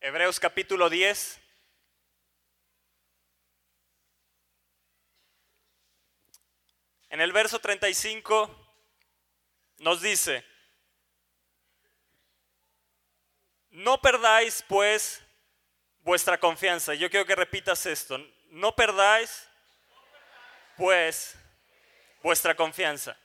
Hebreos capítulo 10. En el verso 35 nos dice: no perdáis pues vuestra confianza. Yo quiero que repitas esto. No perdáis pues vuestra confianza,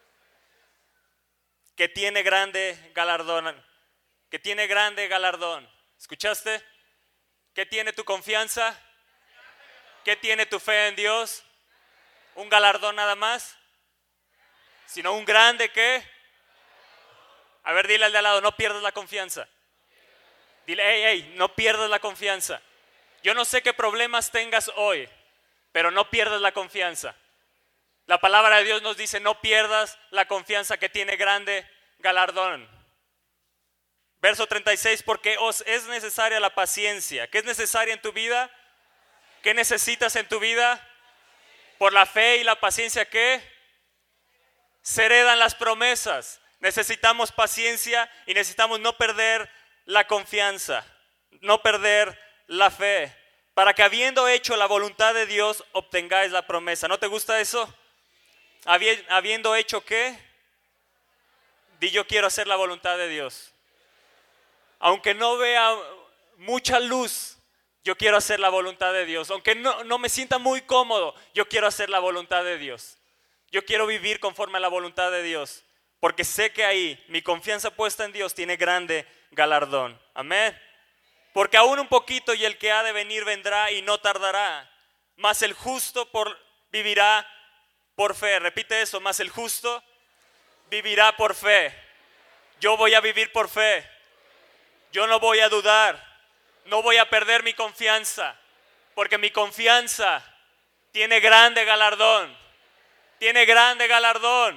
que tiene grande galardón. Que tiene grande galardón. ¿Escuchaste? ¿Qué tiene tu confianza? ¿Qué tiene tu fe en Dios? ¿Un galardón nada más? Sino un grande ¿qué? A ver, dile al de al lado, no pierdas la confianza. Dile, hey, no pierdas la confianza. Yo no sé qué problemas tengas hoy, pero no pierdas la confianza. La palabra de Dios nos dice, no pierdas la confianza, que tiene grande galardón. Verso 36, porque os es necesaria la paciencia. ¿Qué es necesaria en tu vida? ¿Qué necesitas en tu vida? Por la fe y la paciencia, ¿qué? Se heredan las promesas. Necesitamos paciencia y necesitamos no perder la confianza, no perder la fe, para que habiendo hecho la voluntad de Dios, obtengáis la promesa. ¿No te gusta eso? Habiendo hecho ¿qué? Di, yo quiero hacer la voluntad de Dios. Aunque no vea mucha luz, yo quiero hacer la voluntad de Dios. Aunque no me sienta muy cómodo, yo quiero hacer la voluntad de Dios. Yo quiero vivir conforme a la voluntad de Dios, porque sé que ahí mi confianza puesta en Dios tiene grande galardón. Amén. Porque aún un poquito y el que ha de venir vendrá y no tardará. Mas el justo vivirá por fe. Repite eso, mas el justo vivirá por fe. Yo voy a vivir por fe. Yo no voy a dudar, no voy a perder mi confianza, porque mi confianza tiene grande galardón, tiene grande galardón.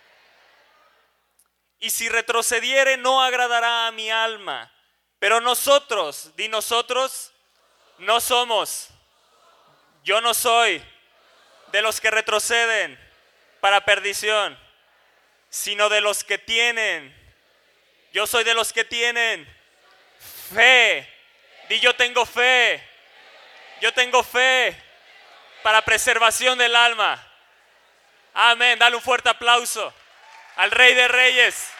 Y si retrocediere no agradará a mi alma, pero nosotros, di nosotros, no somos, yo no soy de los que retroceden para perdición, sino de los que tienen, yo soy de los que tienen fe. Di, yo tengo fe. Yo tengo fe para preservación del alma. Amén. Dale un fuerte aplauso al Rey de Reyes.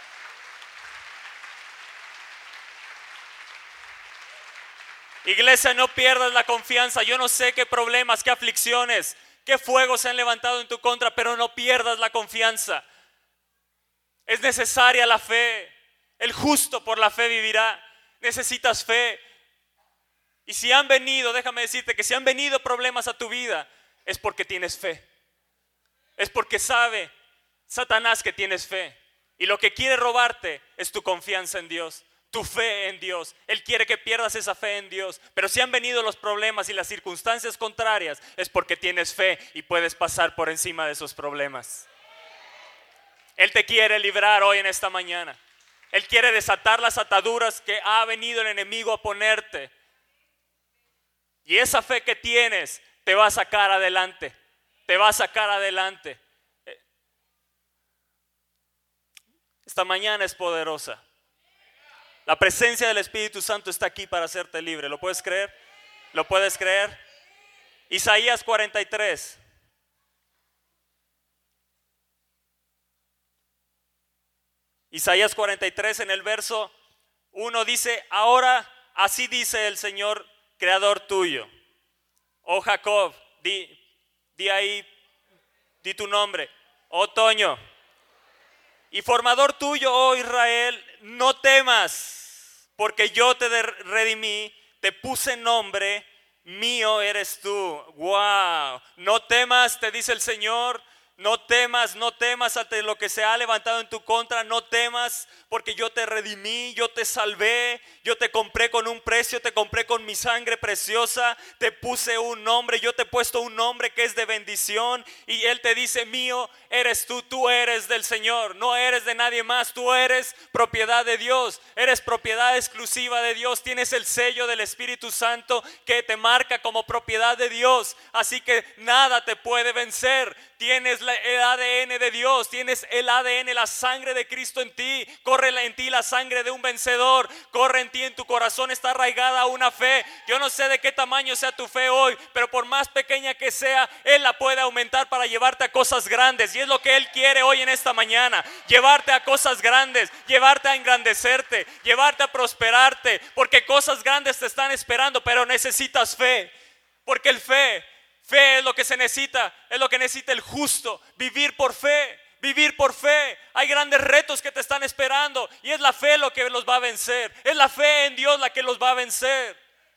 Iglesia, no pierdas la confianza. Yo no sé qué problemas, qué aflicciones, qué fuegos se han levantado en tu contra, pero no pierdas la confianza. Es necesaria la fe. El justo por la fe vivirá. Necesitas fe. Y si han venido, déjame decirte que si han venido problemas a tu vida, es porque tienes fe. Es porque sabe Satanás que tienes fe. Y lo que quiere robarte es tu confianza en Dios, tu fe en Dios. Él quiere que pierdas esa fe en Dios. Pero si han venido los problemas y las circunstancias contrarias, es porque tienes fe y puedes pasar por encima de esos problemas. Él te quiere librar hoy en esta mañana. Él quiere desatar las ataduras que ha venido el enemigo a ponerte. Y esa fe que tienes te va a sacar adelante. Te va a sacar adelante. Esta mañana es poderosa. La presencia del Espíritu Santo está aquí para hacerte libre. ¿Lo puedes creer? ¿Lo puedes creer? Isaías 43. Isaías 43 en el verso 1 dice: ahora así dice el Señor, creador tuyo. Oh Jacob, di ahí, di tu nombre. Oh Toño. Y formador tuyo, oh Israel, no temas, porque yo te redimí, te puse nombre, mío eres tú. Wow. No temas, te dice el Señor. No temas ante lo que se ha levantado en tu contra. No temas, porque yo te redimí, yo te salvé, yo te compré con un precio, te compré con mi sangre preciosa, te puse un nombre, yo te he puesto un nombre que es de bendición. Y Él te dice: mío eres tú, tú eres del Señor, no eres de nadie más, tú eres propiedad de Dios, eres propiedad exclusiva de Dios, tienes el sello del Espíritu Santo que te marca como propiedad de Dios. Así que nada te puede vencer. Tienes el ADN de Dios, tienes el ADN, la sangre de Cristo en ti. Corre en ti la sangre de un vencedor. Corre en ti, en tu corazón está arraigada una fe. Yo no sé de qué tamaño sea tu fe hoy, pero por más pequeña que sea, Él la puede aumentar para llevarte a cosas grandes. Y es lo que Él quiere hoy en esta mañana. Llevarte a cosas grandes, llevarte a engrandecerte, llevarte a prosperarte. Porque cosas grandes te están esperando, pero necesitas fe. Porque fe es lo que se necesita, es lo que necesita el justo, vivir por fe, vivir por fe. Hay grandes retos que te están esperando y es la fe lo que los va a vencer, es la fe en Dios la que los va a vencer.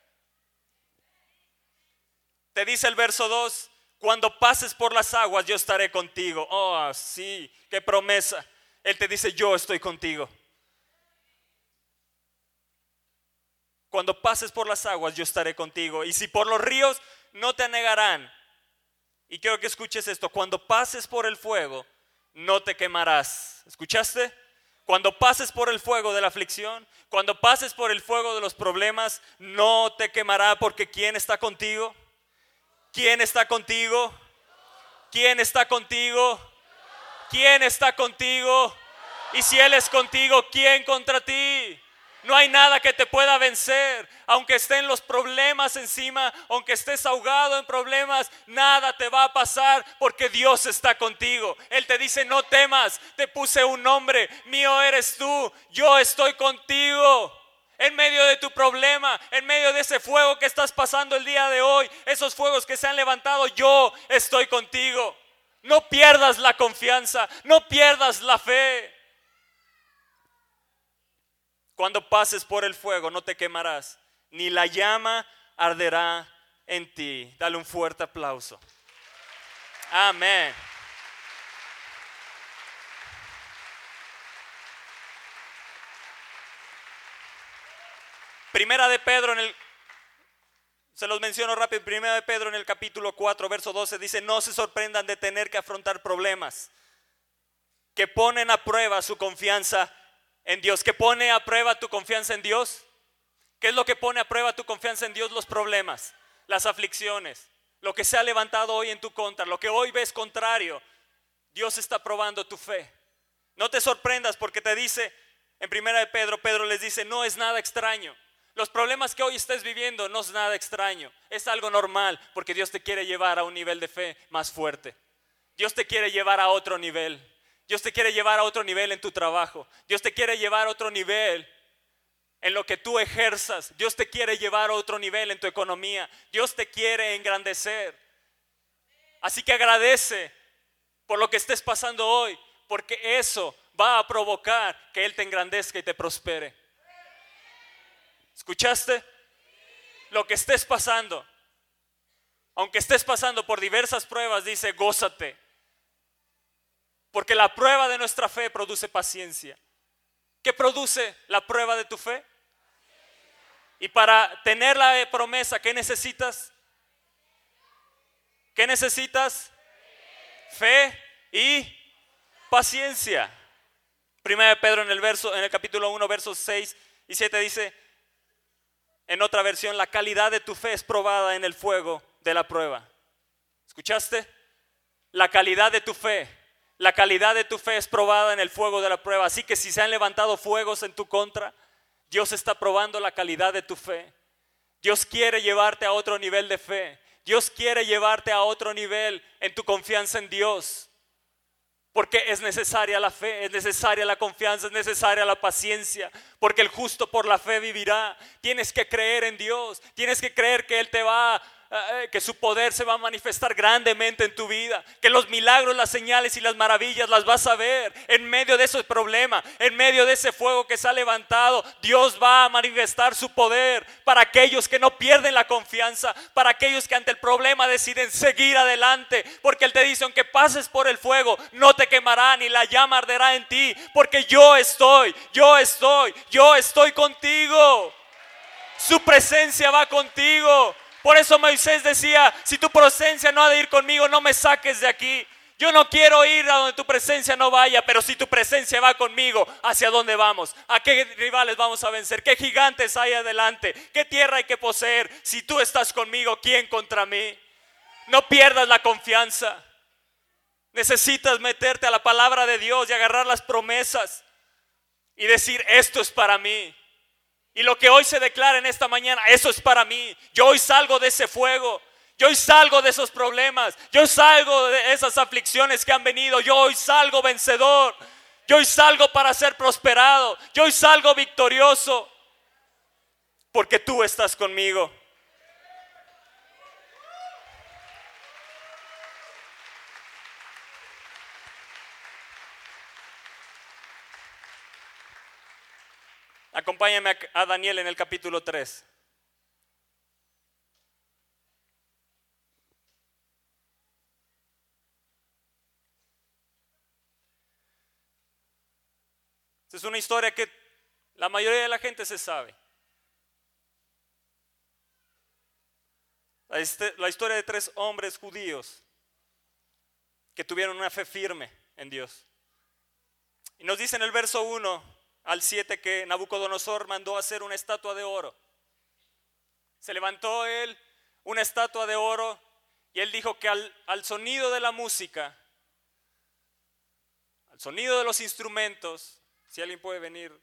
Te dice el verso 2, cuando pases por las aguas yo estaré contigo. Oh, sí, qué promesa. Él te dice, yo estoy contigo. Cuando pases por las aguas yo estaré contigo. Y si por los ríos no te anegarán. Y quiero que escuches esto. Cuando pases por el fuego no te quemarás. ¿Escuchaste? Cuando pases por el fuego de la aflicción, cuando pases por el fuego de los problemas, no te quemará, porque ¿quién está contigo? ¿Quién está contigo? ¿Quién está contigo? ¿Quién está contigo? Y si Él es contigo, ¿quién contra ti? No hay nada que te pueda vencer. Aunque estén los problemas encima, aunque estés ahogado en problemas, nada te va a pasar porque Dios está contigo. Él te dice, no temas, te puse un nombre, mío eres tú, yo estoy contigo. En medio de tu problema, en medio de ese fuego que estás pasando el día de hoy, esos fuegos que se han levantado, yo estoy contigo. No pierdas la confianza, no pierdas la fe. Cuando pases por el fuego no te quemarás, ni la llama arderá en ti. Dale un fuerte aplauso. Amén. Primera de Pedro se los menciono rápido. Primera de Pedro en el capítulo 4, verso 12 dice, no se sorprendan de tener que afrontar problemas que ponen a prueba su confianza en Dios. ¿Qué pone a prueba tu confianza en Dios? ¿Qué es lo que pone a prueba tu confianza en Dios? Los problemas, las aflicciones, lo que se ha levantado hoy en tu contra, lo que hoy ves contrario. Dios está probando tu fe. No te sorprendas porque te dice en primera de Pedro, Pedro les dice, no es nada extraño. Los problemas que hoy estés viviendo no es nada extraño, es algo normal, porque Dios te quiere llevar a un nivel de fe más fuerte. Dios te quiere llevar a otro nivel. Dios te quiere llevar a otro nivel en tu trabajo. Dios te quiere llevar a otro nivel en lo que tú ejerzas. Dios te quiere llevar a otro nivel en tu economía. Dios te quiere engrandecer. Así que agradece por lo que estés pasando hoy, porque eso va a provocar que Él te engrandezca y te prospere. ¿Escuchaste? Lo que estés pasando, aunque estés pasando por diversas pruebas, dice, gózate. Porque la prueba de nuestra fe produce paciencia. ¿Qué produce la prueba de tu fe? Y para tener la promesa, ¿qué necesitas? ¿Qué necesitas? Fe y paciencia. Primera de Pedro en el capítulo 1, versos 6 y 7 dice, en otra versión, la calidad de tu fe es probada en el fuego de la prueba. ¿Escuchaste? La calidad de tu fe. La calidad de tu fe es probada en el fuego de la prueba. Así que si se han levantado fuegos en tu contra, Dios está probando la calidad de tu fe. Dios quiere llevarte a otro nivel de fe. Dios quiere llevarte a otro nivel en tu confianza en Dios. Porque es necesaria la fe, es necesaria la confianza, es necesaria la paciencia. Porque el justo por la fe vivirá. Tienes que creer en Dios. Tienes que creer que Él que su poder se va a manifestar grandemente en tu vida, que los milagros, las señales y las maravillas las vas a ver en medio de ese problema, en medio de ese fuego que se ha levantado. Dios va a manifestar su poder para aquellos que no pierden la confianza, para aquellos que ante el problema deciden seguir adelante, porque Él te dice, aunque pases por el fuego, no te quemará ni la llama arderá en ti, porque yo estoy contigo. Su presencia va contigo. Por eso Moisés decía, si tu presencia no ha de ir conmigo, no me saques de aquí. Yo no quiero ir a donde tu presencia no vaya, pero si tu presencia va conmigo, ¿hacia dónde vamos? ¿A qué rivales vamos a vencer? ¿Qué gigantes hay adelante? ¿Qué tierra hay que poseer? Si tú estás conmigo, ¿quién contra mí? No pierdas la confianza. Necesitas meterte a la palabra de Dios y agarrar las promesas y decir, esto es para mí. Y lo que hoy se declara en esta mañana, eso es para mí. Yo hoy salgo de ese fuego. Yo hoy salgo de esos problemas. Yo salgo de esas aflicciones que han venido. Yo hoy salgo vencedor. Yo hoy salgo para ser prosperado. Yo hoy salgo victorioso. Porque tú estás conmigo. Acompáñame a Daniel en el capítulo 3. Esta es una historia que la mayoría de la gente se sabe. La historia de 3 hombres judíos que tuvieron una fe firme en Dios. Y nos dice en el verso 1 al 7 que Nabucodonosor mandó hacer una estatua de oro. Se levantó él una estatua de oro y él dijo que al sonido de la música, al sonido de los instrumentos, si alguien puede venir,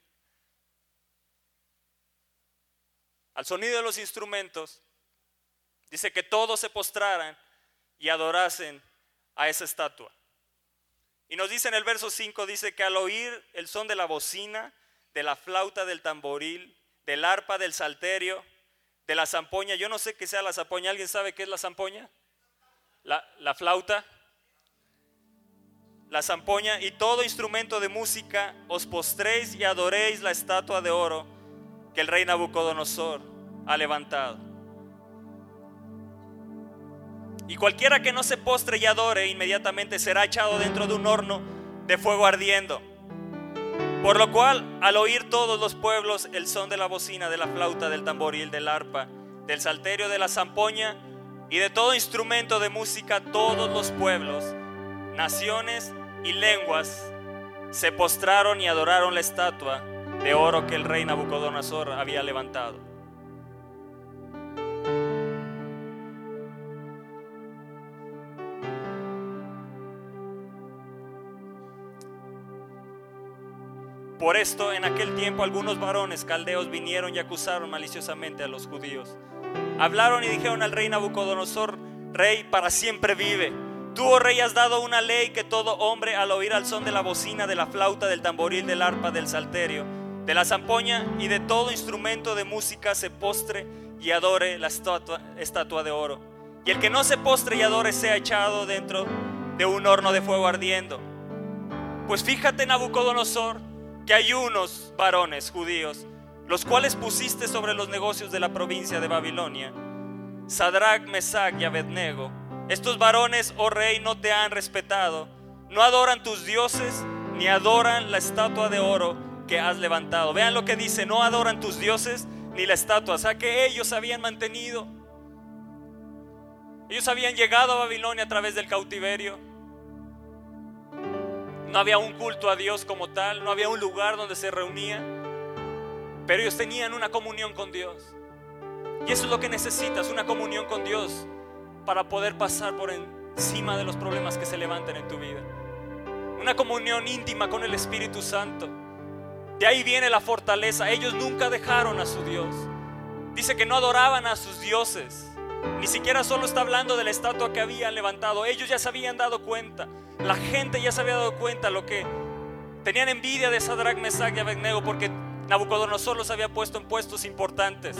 al sonido de los instrumentos, dice que todos se postraran y adorasen a esa estatua. Y nos dice en el verso 5, dice que al oír el son de la bocina, de la flauta, del tamboril, del arpa, del salterio, de la zampoña, yo no sé qué sea la zampoña, ¿alguien sabe qué es la zampoña? La flauta, la zampoña y todo instrumento de música, os postréis y adoréis la estatua de oro que el rey Nabucodonosor ha levantado. Y cualquiera que no se postre y adore inmediatamente será echado dentro de un horno de fuego ardiendo. Por lo cual, al oír todos los pueblos el son de la bocina, de la flauta, del tamboril, del arpa, del salterio, de la zampoña y de todo instrumento de música, todos los pueblos, naciones y lenguas se postraron y adoraron la estatua de oro que el rey Nabucodonosor había levantado. Por esto, en aquel tiempo, algunos varones caldeos vinieron y acusaron maliciosamente a los judíos. Hablaron y dijeron al rey Nabucodonosor: Rey, para siempre vive. Tú, oh rey, has dado una ley que todo hombre, al oír al son de la bocina, de la flauta, del tamboril, del arpa, del salterio, de la zampoña y de todo instrumento de música, se postre y adore la estatua de oro. Y el que no se postre y adore sea echado dentro de un horno de fuego ardiendo. Pues fíjate, Nabucodonosor, que hay unos varones judíos, los cuales pusiste sobre los negocios de la provincia de Babilonia, Sadrach, Mesach y Abednego. Estos varones, oh rey, no te han respetado, no adoran tus dioses, ni adoran la estatua de oro que has levantado. Vean lo que dice: no adoran tus dioses ni la estatua. O sea que ellos habían mantenido, ellos habían llegado a Babilonia a través del cautiverio. No había un culto a Dios como tal, no había un lugar donde se reunían, pero ellos tenían una comunión con Dios. Y eso es lo que necesitas, una comunión con Dios, para poder pasar por encima de los problemas que se levanten en tu vida. Una comunión íntima con el Espíritu Santo. De ahí viene la fortaleza. Ellos nunca dejaron a su Dios. Dice que no adoraban a sus dioses. Ni siquiera solo está hablando de la estatua que habían levantado. Ellos ya se habían dado cuenta. La gente ya se había dado cuenta lo que tenían envidia de Sadrach, Mesach y Abednego, porque Nabucodonosor los había puesto en puestos importantes.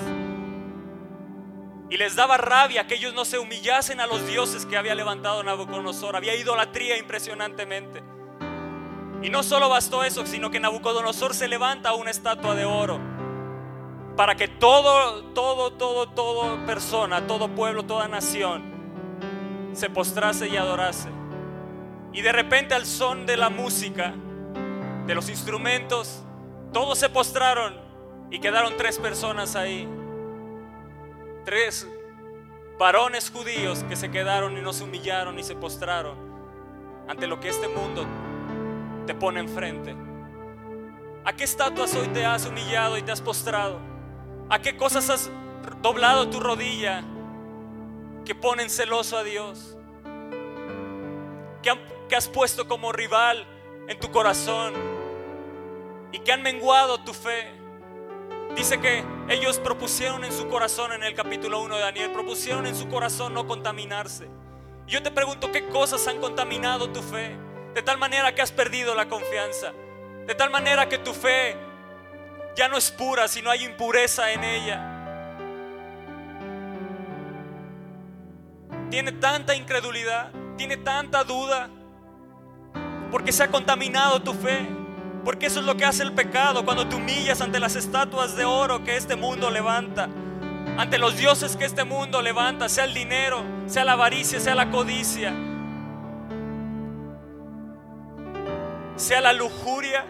Y les daba rabia que ellos no se humillasen a los dioses que había levantado Nabucodonosor. Había idolatría impresionantemente. Y no solo bastó eso, sino que Nabucodonosor se levanta una estatua de oro para que toda persona, todo pueblo, toda nación se postrase y adorase. Y de repente, al son de la música, de los instrumentos, todos se postraron y quedaron 3 personas ahí. 3 varones judíos que se quedaron y no se humillaron y se postraron ante lo que este mundo te pone enfrente. ¿A qué estatuas hoy te has humillado y te has postrado? ¿A qué cosas has doblado tu rodilla que ponen celoso a Dios? que has puesto como rival en tu corazón y que han menguado tu fe. Dice que ellos propusieron en su corazón, en el capítulo 1 de Daniel, propusieron en su corazón no contaminarse. Y yo te pregunto, ¿qué cosas han contaminado tu fe? De tal manera que has perdido la confianza, de tal manera que tu fe ya no es pura, sino hay impureza en ella. Tiene tanta incredulidad, tiene tanta duda, porque se ha contaminado tu fe. Porque eso es lo que hace el pecado cuando te humillas ante las estatuas de oro que este mundo levanta, ante los dioses que este mundo levanta, sea el dinero, sea la avaricia, sea la codicia, sea la lujuria.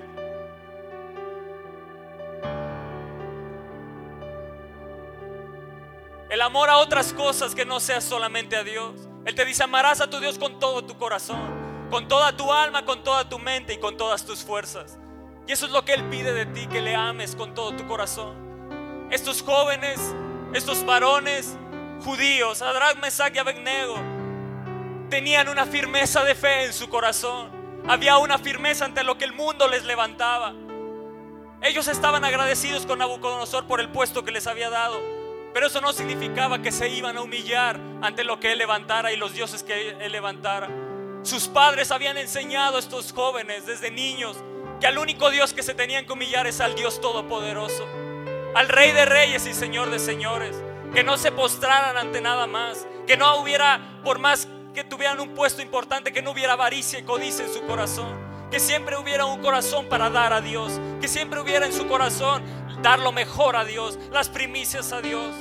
El amor a otras cosas que no sea solamente a Dios. Él te dice: amarás a tu Dios con todo tu corazón, con toda tu alma, con toda tu mente y con todas tus fuerzas. Y eso es lo que Él pide de ti, que le ames con todo tu corazón. Estos jóvenes, estos varones judíos, Sadrach, Mesach y Abednego, tenían una firmeza de fe en su corazón. Había una firmeza ante lo que el mundo les levantaba. Ellos estaban agradecidos con Nabucodonosor por el puesto que les había dado, pero eso no significaba que se iban a humillar ante lo que él levantara y los dioses que él levantara. Sus padres habían enseñado a estos jóvenes desde niños que al único Dios que se tenían que humillar es al Dios Todopoderoso, al Rey de Reyes y Señor de Señores. Que no se postraran ante nada más, que no hubiera, por más que tuvieran un puesto importante, que no hubiera avaricia y codicia en su corazón, que siempre hubiera un corazón para dar a Dios, que siempre hubiera en su corazón dar lo mejor a Dios, las primicias a Dios.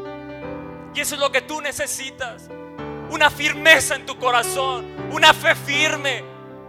Y eso es lo que tú necesitas, una firmeza en tu corazón, una fe firme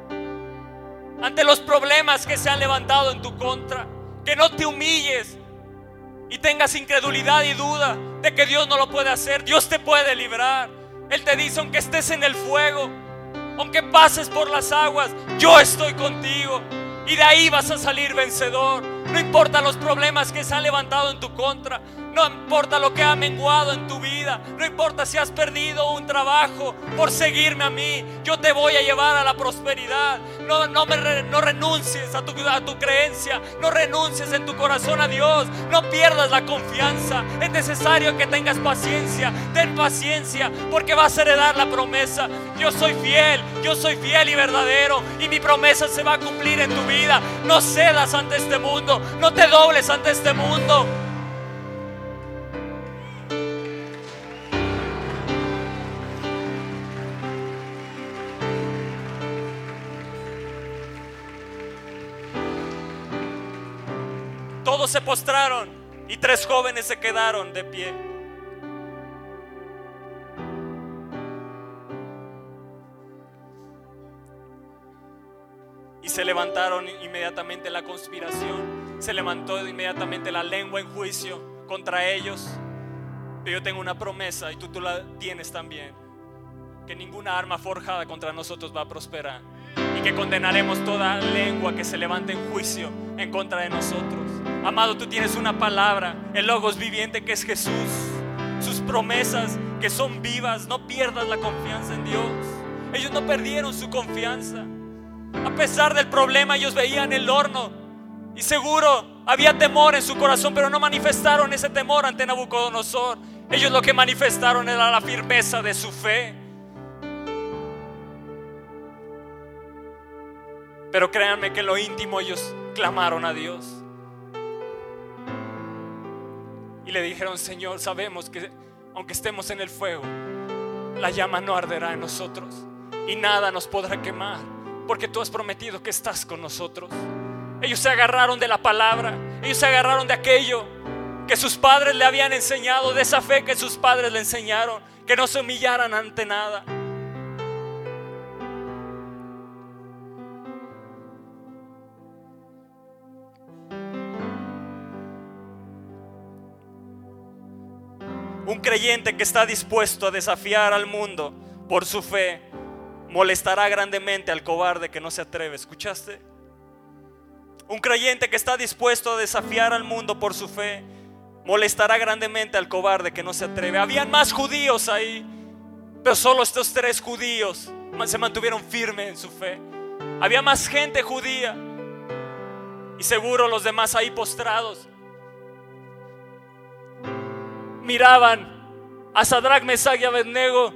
ante los problemas que se han levantado en tu contra. Que no te humilles y tengas incredulidad y duda de que Dios no lo puede hacer. Dios te puede librar. Él te dice: aunque estés en el fuego, aunque pases por las aguas, yo estoy contigo, y de ahí vas a salir vencedor. No importa los problemas que se han levantado en tu contra, no importa lo que ha menguado en tu vida, no importa si has perdido un trabajo por seguirme a mí, yo te voy a llevar a la prosperidad. No renuncies a tu creencia, no renuncies en tu corazón a Dios, no pierdas la confianza. Es necesario que tengas paciencia, ten paciencia, porque vas a heredar la promesa. Yo soy fiel y verdadero, y mi promesa se va a cumplir en tu vida. No cedas ante este mundo, no te dobles ante este mundo. Todos se postraron y 3 jóvenes se quedaron de pie. Y se levantaron inmediatamente la conspiración, se levantó inmediatamente la lengua en juicio contra ellos. Pero yo tengo una promesa y tú la tienes también, que ninguna arma forjada contra nosotros va a prosperar, y que condenaremos toda lengua que se levante en juicio en contra de nosotros. Amado, tú tienes una palabra, el Logos viviente, que es Jesús, sus promesas que son vivas. No pierdas la confianza en Dios. Ellos no perdieron su confianza. A pesar del problema, ellos veían el horno y seguro había temor en su corazón, pero no manifestaron ese temor ante Nabucodonosor. Ellos lo que manifestaron era la firmeza de su fe. Pero créanme que en lo íntimo ellos clamaron a Dios y le dijeron: Señor, sabemos que aunque estemos en el fuego, la llama no arderá en nosotros y nada nos podrá quemar, porque tú has prometido que estás con nosotros. Ellos se agarraron de la palabra, ellos se agarraron de aquello que sus padres le habían enseñado, de esa fe que sus padres le enseñaron, que no se humillaran ante nada. Un creyente que está dispuesto a desafiar al mundo por su fe molestará grandemente al cobarde que no se atreve. ¿Escuchaste? Un creyente que está dispuesto a desafiar al mundo por su fe molestará grandemente al cobarde que no se atreve. Habían más judíos ahí, Pero solo estos 3 judíos se mantuvieron firmes en su fe. Había más gente judía y seguro los demás ahí postrados miraban a Sadrach, Mesach y Abednego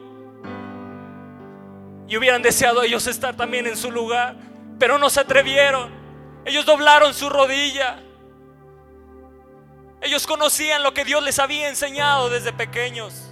y hubieran deseado ellos estar también en su lugar, pero no se atrevieron. Ellos doblaron su rodilla. Ellos conocían lo que Dios les había enseñado desde pequeños.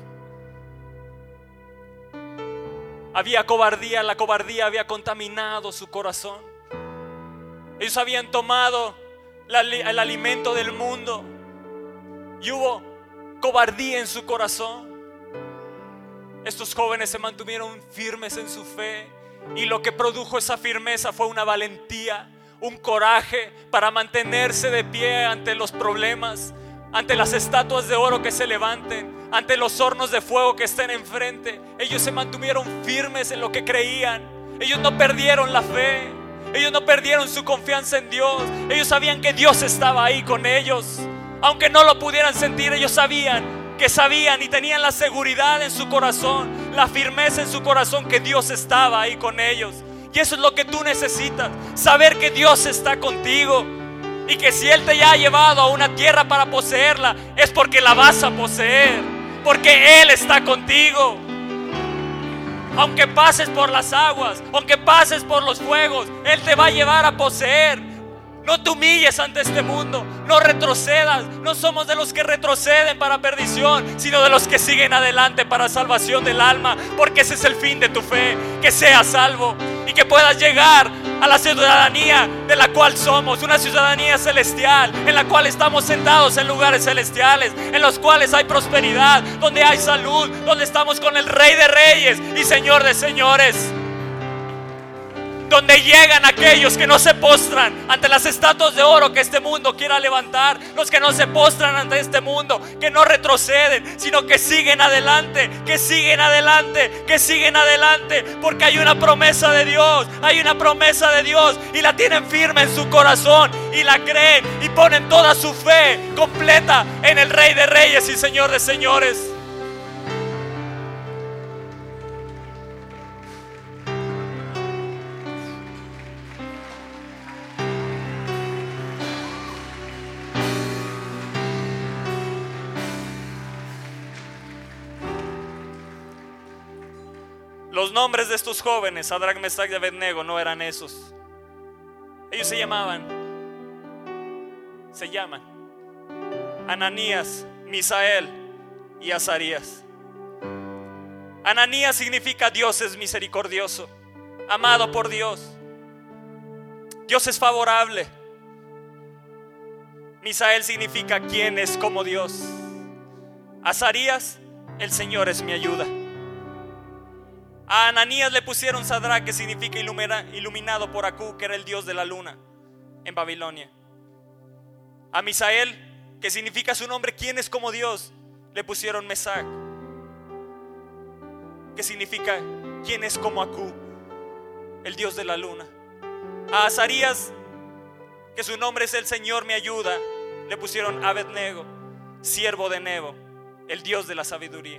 Había cobardía, la cobardía había contaminado su corazón. Ellos habían tomado el alimento del mundo y hubo cobardía en su corazón. Estos jóvenes se mantuvieron firmes en su fe y lo que produjo esa firmeza fue una valentía, un coraje para mantenerse de pie ante los problemas, ante las estatuas de oro que se levanten, ante los hornos de fuego que estén enfrente. Ellos se mantuvieron firmes en lo que creían. Ellos no perdieron la fe. Ellos no perdieron su confianza en Dios. Ellos sabían que Dios estaba ahí con ellos. Aunque no lo pudieran sentir, ellos sabían y tenían la seguridad en su corazón, la firmeza en su corazón que Dios estaba ahí con ellos. Y eso es lo que tú necesitas, saber que Dios está contigo y que si Él te ha llevado a una tierra para poseerla, es porque la vas a poseer, porque Él está contigo. Aunque pases por las aguas, aunque pases por los fuegos, Él te va a llevar a poseer. No te humilles ante este mundo, no retrocedas. No somos de los que retroceden para perdición, sino de los que siguen adelante para salvación del alma. Porque ese es el fin de tu fe, que seas salvo y que puedas llegar a la ciudadanía de la cual somos, una ciudadanía celestial, en la cual estamos sentados en lugares celestiales, en los cuales hay prosperidad, donde hay salud, donde estamos con el Rey de Reyes y Señor de Señores, donde llegan aquellos que no se postran ante las estatuas de oro que este mundo quiera levantar, los que no se postran ante este mundo, que no retroceden, sino que siguen adelante, que siguen adelante, que siguen adelante, porque hay una promesa de Dios, hay una promesa de Dios y la tienen firme en su corazón y la creen y ponen toda su fe completa en el Rey de Reyes y Señor de Señores. Los nombres de estos jóvenes, Sadrach, Mesach y Abednego, no eran esos. Ellos se llaman Ananías, Misael y Azarías. Ananías significa Dios es misericordioso, amado por Dios. Dios es favorable. Misael significa quien es como Dios. Azarías, el Señor es mi ayuda. A Ananías le pusieron Sadrach, que significa iluminado por Acú, que era el dios de la luna en Babilonia. A Misael, que significa su nombre, quien es como Dios, le pusieron Mesach, que significa quien es como Acú, el dios de la luna. A Azarías, que su nombre es el Señor me ayuda, le pusieron Abednego, siervo de Nebo, el dios de la sabiduría.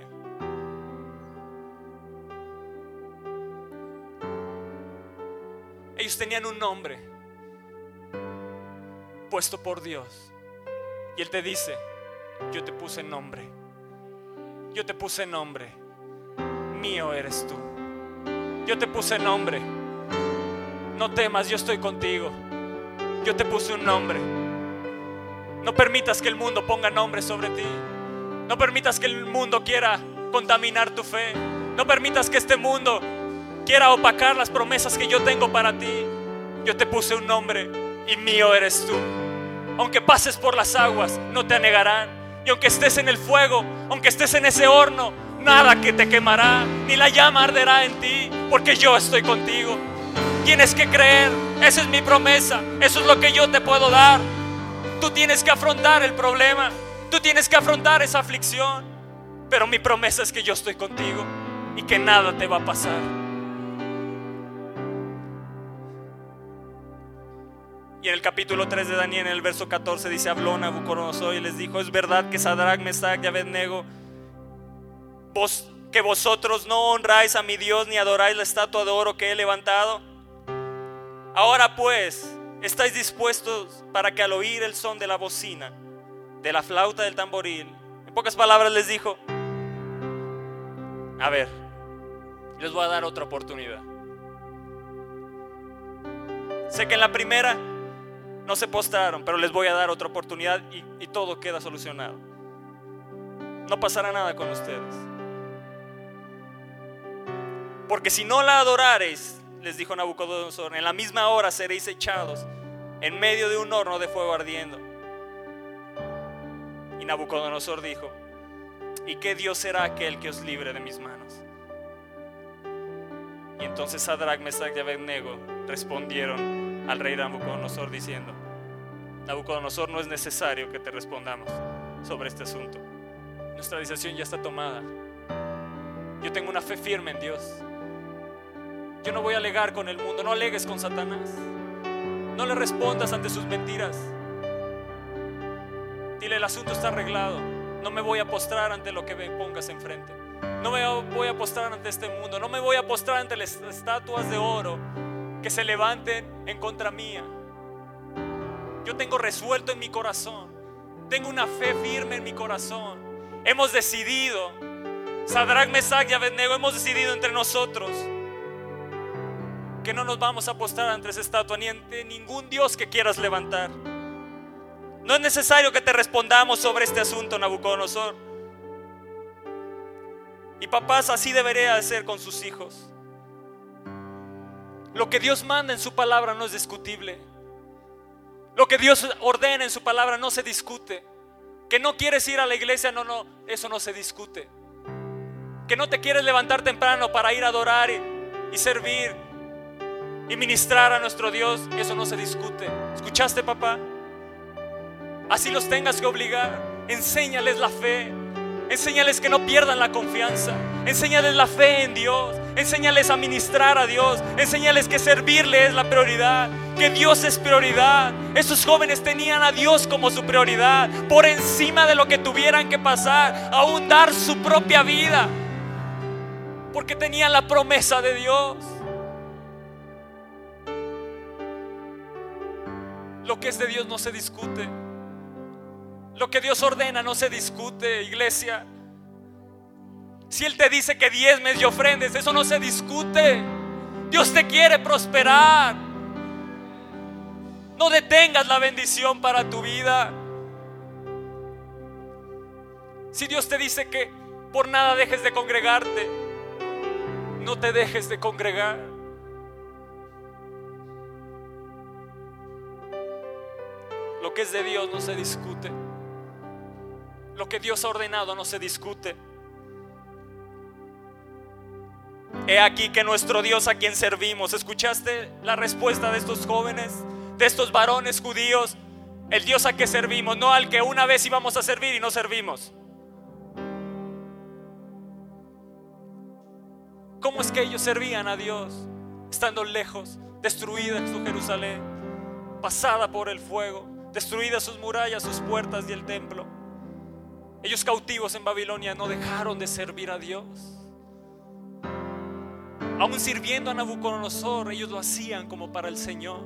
Ellos tenían un nombre puesto por Dios. Y Él te dice: yo te puse nombre. Yo te puse nombre. Mío eres tú. Yo te puse nombre. No temas, yo estoy contigo. Yo te puse un nombre. No permitas que el mundo ponga nombre sobre ti. No permitas que el mundo quiera contaminar tu fe. No permitas que este mundo quiera opacar las promesas que yo tengo para ti. Yo te puse un nombre y mío eres tú. Aunque pases por las aguas, no te anegarán. Y aunque estés en el fuego, aunque estés en ese horno, nada que te quemará, ni la llama arderá en ti, porque yo estoy contigo. Tienes que creer, esa es mi promesa, eso es lo que yo te puedo dar. Tú tienes que afrontar el problema, tú tienes que afrontar esa aflicción, pero mi promesa es que yo estoy contigo y que nada te va a pasar. Y en el capítulo 3 de Daniel, en el verso 14, dice: habló Nabucodonosor y les dijo: es verdad que Sadrach, Mesach y Abednego, que vosotros no honráis a mi Dios ni adoráis la estatua de oro que he levantado? Ahora pues, ¿estáis dispuestos para que al oír el son de la bocina, de la flauta del tamboril? En pocas palabras les dijo: a ver, les voy a dar otra oportunidad. Sé que en la primera no se postraron, pero les voy a dar otra oportunidad y todo queda solucionado. No pasará nada con ustedes. Porque si no la adorareis, les dijo Nabucodonosor, en la misma hora seréis echados en medio de un horno de fuego ardiendo. Y Nabucodonosor dijo: ¿y qué Dios será aquel que os libre de mis manos? Y entonces Sadrach, Mesach y Abednego respondieron al rey Nabucodonosor diciendo: Nabucodonosor, no es necesario que te respondamos sobre este asunto. Nuestra decisión ya está tomada. Yo tengo una fe firme en Dios. Yo no voy a alegar con el mundo. No alegues con Satanás. No le respondas ante sus mentiras. Dile: el asunto está arreglado. No me voy a postrar ante lo que me pongas enfrente. No me voy a postrar ante este mundo. No me voy a postrar ante las estatuas de oro que se levanten en contra mía. Yo tengo resuelto en mi corazón. Tengo una fe firme en mi corazón. Hemos decidido, Sadrach, Mesach y Abednego, hemos decidido entre nosotros que no nos vamos a postrar ante esa estatua ni ante ningún Dios que quieras levantar. No es necesario que te respondamos sobre este asunto, Nabucodonosor. Y papás, así debería hacer con sus hijos. Lo que Dios manda en su palabra no es discutible. Lo que Dios ordena en su palabra no se discute. Que no quieres ir a la iglesia, no, eso no se discute. Que no te quieres levantar temprano para ir a adorar y servir y ministrar a nuestro Dios, eso no se discute. ¿Escuchaste, papá? Así los tengas que obligar. Enséñales la fe. Enséñales que no pierdan la confianza. Enséñales la fe en Dios. Enséñales a ministrar a Dios. Enséñales que servirle es la prioridad, que Dios es prioridad. Esos jóvenes tenían a Dios como su prioridad, por encima de lo que tuvieran que pasar, aún dar su propia vida, porque tenían la promesa de Dios. Lo que es de Dios no se discute. Lo que Dios ordena no se discute, iglesia. Si Él te dice que diezmes y ofrendes, eso no se discute. Dios te quiere prosperar. No detengas la bendición para tu vida. Si Dios te dice que por nada dejes de congregarte, no te dejes de congregar. Lo que es de Dios no se discute. Lo que Dios ha ordenado no se discute. He aquí que nuestro Dios a quien servimos. ¿Escuchaste la respuesta de estos jóvenes, de estos varones judíos? El Dios a que servimos, no al que una vez íbamos a servir y no servimos. ¿Cómo es que ellos servían a Dios estando lejos, destruida su Jerusalén, pasada por el fuego, destruidas sus murallas, sus puertas y el templo? Ellos cautivos en Babilonia no dejaron de servir a Dios. Aún sirviendo a Nabucodonosor, ellos lo hacían como para el Señor.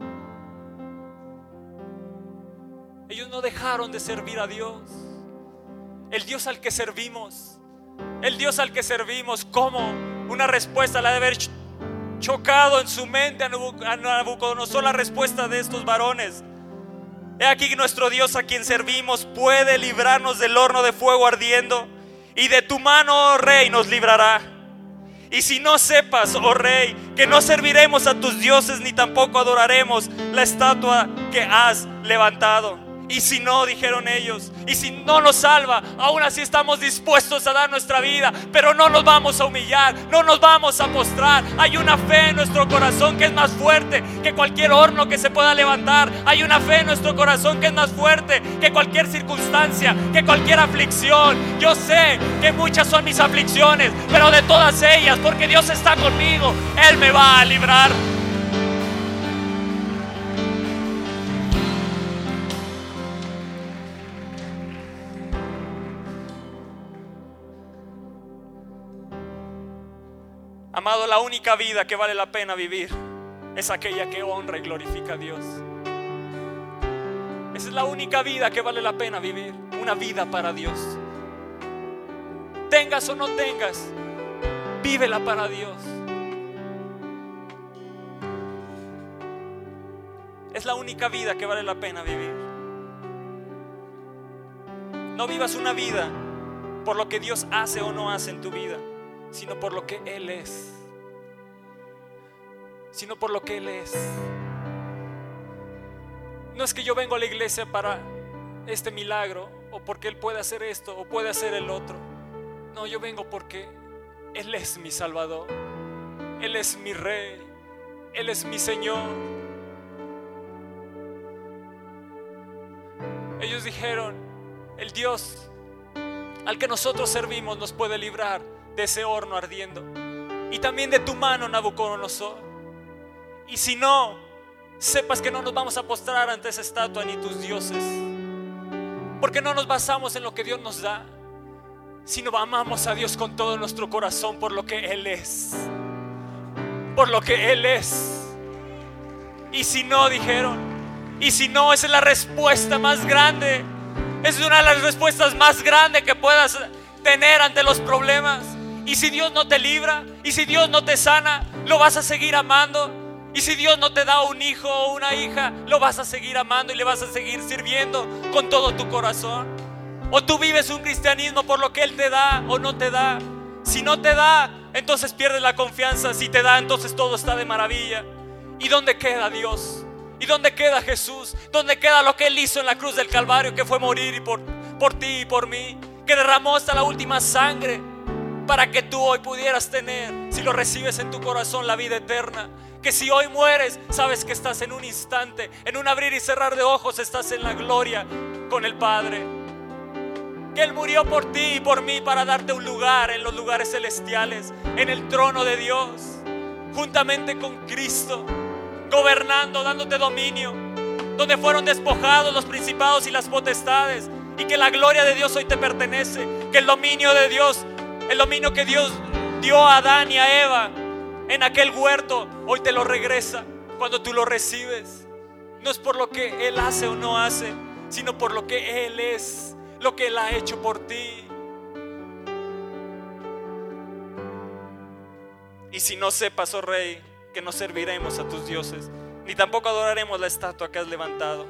Ellos no dejaron de servir a Dios. El Dios al que servimos, el Dios al que servimos, como una respuesta la de haber chocado en su mente a Nabucodonosor la respuesta de estos varones. He aquí nuestro Dios a quien servimos puede librarnos del horno de fuego ardiendo, y de tu mano, oh rey, nos librará. Y si no sepas, oh rey, que no serviremos a tus dioses ni tampoco adoraremos la estatua que has levantado. Y si no, dijeron ellos, y si no nos salva, aún así estamos dispuestos a dar nuestra vida, pero no nos vamos a humillar, no nos vamos a postrar. Hay una fe en nuestro corazón que es más fuerte que cualquier horno que se pueda levantar. Hay una fe en nuestro corazón que es más fuerte que cualquier circunstancia, que cualquier aflicción. Yo sé que muchas son mis aflicciones, pero de todas ellas, porque Dios está conmigo, Él me va a librar. Amado, la única vida que vale la pena vivir es aquella que honra y glorifica a Dios. Esa es la única vida que vale la pena vivir, una vida para Dios. Tengas o no tengas, vívela para Dios. Es la única vida que vale la pena vivir. No vivas una vida por lo que Dios hace o no hace en tu vida, sino por lo que Él es. Sino por lo que Él es. No es que yo vengo a la iglesia para este milagro, o porque Él puede hacer esto o puede hacer el otro. No, yo vengo porque Él es mi Salvador, Él es mi Rey, Él es mi Señor. Ellos dijeron: el Dios al que nosotros servimos nos puede librar de ese horno ardiendo, y también de tu mano, Nabucodonosor. Y si no, sepas que no nos vamos a postrar ante esa estatua ni tus dioses, porque no nos basamos en lo que Dios nos da, sino amamos a Dios con todo nuestro corazón por lo que Él es. Por lo que Él es. Y si no, dijeron, y si no, esa es la respuesta más grande. Es una de las respuestas más grandes que puedas tener ante los problemas. Y si Dios no te libra, y si Dios no te sana, lo vas a seguir amando. Y si Dios no te da un hijo o una hija, lo vas a seguir amando y le vas a seguir sirviendo con todo tu corazón. O tú vives un cristianismo por lo que Él te da o no te da. Si no te da, entonces pierdes la confianza. Si te da, entonces todo está de maravilla. ¿Y dónde queda Dios? ¿Y dónde queda Jesús? ¿Dónde queda lo que Él hizo en la cruz del Calvario, que fue morir y por ti y por mí? Que derramó hasta la última sangre para que tú hoy pudieras tener, si lo recibes en tu corazón, la vida eterna. Que si hoy mueres, sabes que estás en un instante, en un abrir y cerrar de ojos, estás en la gloria con el Padre. Que Él murió por ti y por mí para darte un lugar en los lugares celestiales, en el trono de Dios, juntamente con Cristo, gobernando, dándote dominio, donde fueron despojados los principados y las potestades, y que la gloria de Dios hoy te pertenece. Que el dominio de Dios, el dominio que Dios dio a Adán y a Eva en aquel huerto, hoy te lo regresa cuando tú lo recibes. No es por lo que Él hace o no hace, sino por lo que Él es, lo que Él ha hecho por ti. Y si no sepas, oh Rey, que no serviremos a tus dioses, ni tampoco adoraremos la estatua que has levantado.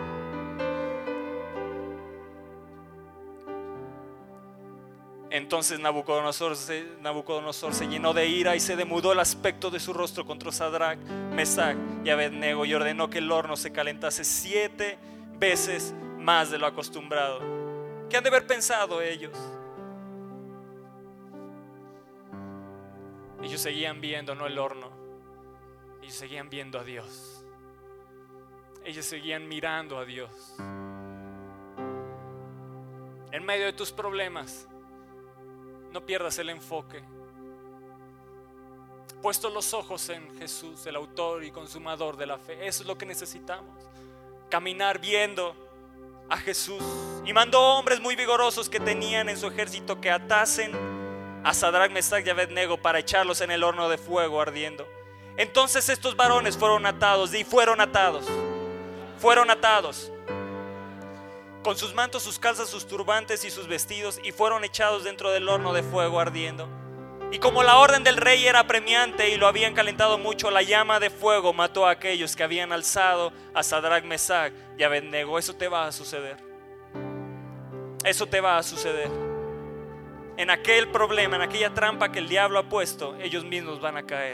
Entonces Nabucodonosor se llenó de ira y se demudó el aspecto de su rostro contra Sadrach, Mesach y Abednego, y ordenó que el horno se calentase 7 veces más de lo acostumbrado. ¿Qué han de haber pensado ellos? Ellos seguían viendo no el horno, ellos seguían viendo a Dios. Ellos seguían mirando a Dios. En medio de tus problemas, no pierdas el enfoque. Puestos los ojos en Jesús, el autor y consumador de la fe. Eso es lo que necesitamos. Caminar viendo a Jesús. Y mandó hombres muy vigorosos que tenían en su ejército que atasen a Sadrach, Mesach y Abednego para echarlos en el horno de fuego ardiendo. Entonces estos varones fueron atados con sus mantos, sus calzas, sus turbantes y sus vestidos, y fueron echados dentro del horno de fuego ardiendo. Y como la orden del rey era apremiante y lo habían calentado mucho, la llama de fuego mató a aquellos que habían alzado a Sadrach, Mesach y Abednego. Eso te va a suceder. Eso te va a suceder. En aquel problema, en aquella trampa que el diablo ha puesto, ellos mismos van a caer.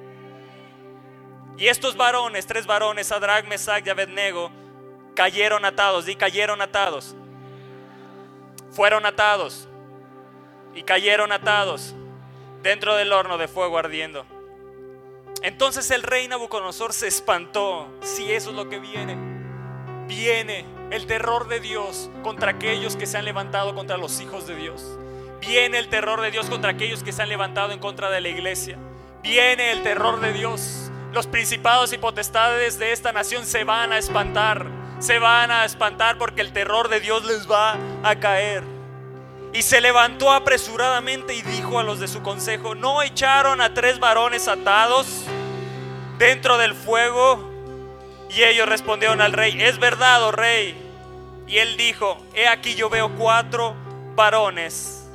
Y estos varones, 3 varones, Sadrach, Mesach y Abednego, cayeron atados. Y cayeron atados. Fueron atados y cayeron atados dentro del horno de fuego ardiendo. Entonces el rey Nabucodonosor se espantó. Si eso es lo que viene, viene el terror de Dios contra aquellos que se han levantado contra los hijos de Dios. Viene el terror de Dios contra aquellos que se han levantado en contra de la iglesia. Viene el terror de Dios. Los principados y potestades de esta nación se van a espantar. Se van a espantar porque el terror de Dios les va a caer. Y se levantó apresuradamente y dijo a los de su consejo: ¿no echaron a 3 varones atados dentro del fuego? Y ellos respondieron al rey: es verdad, oh rey. Y él dijo: he aquí yo veo 4 varones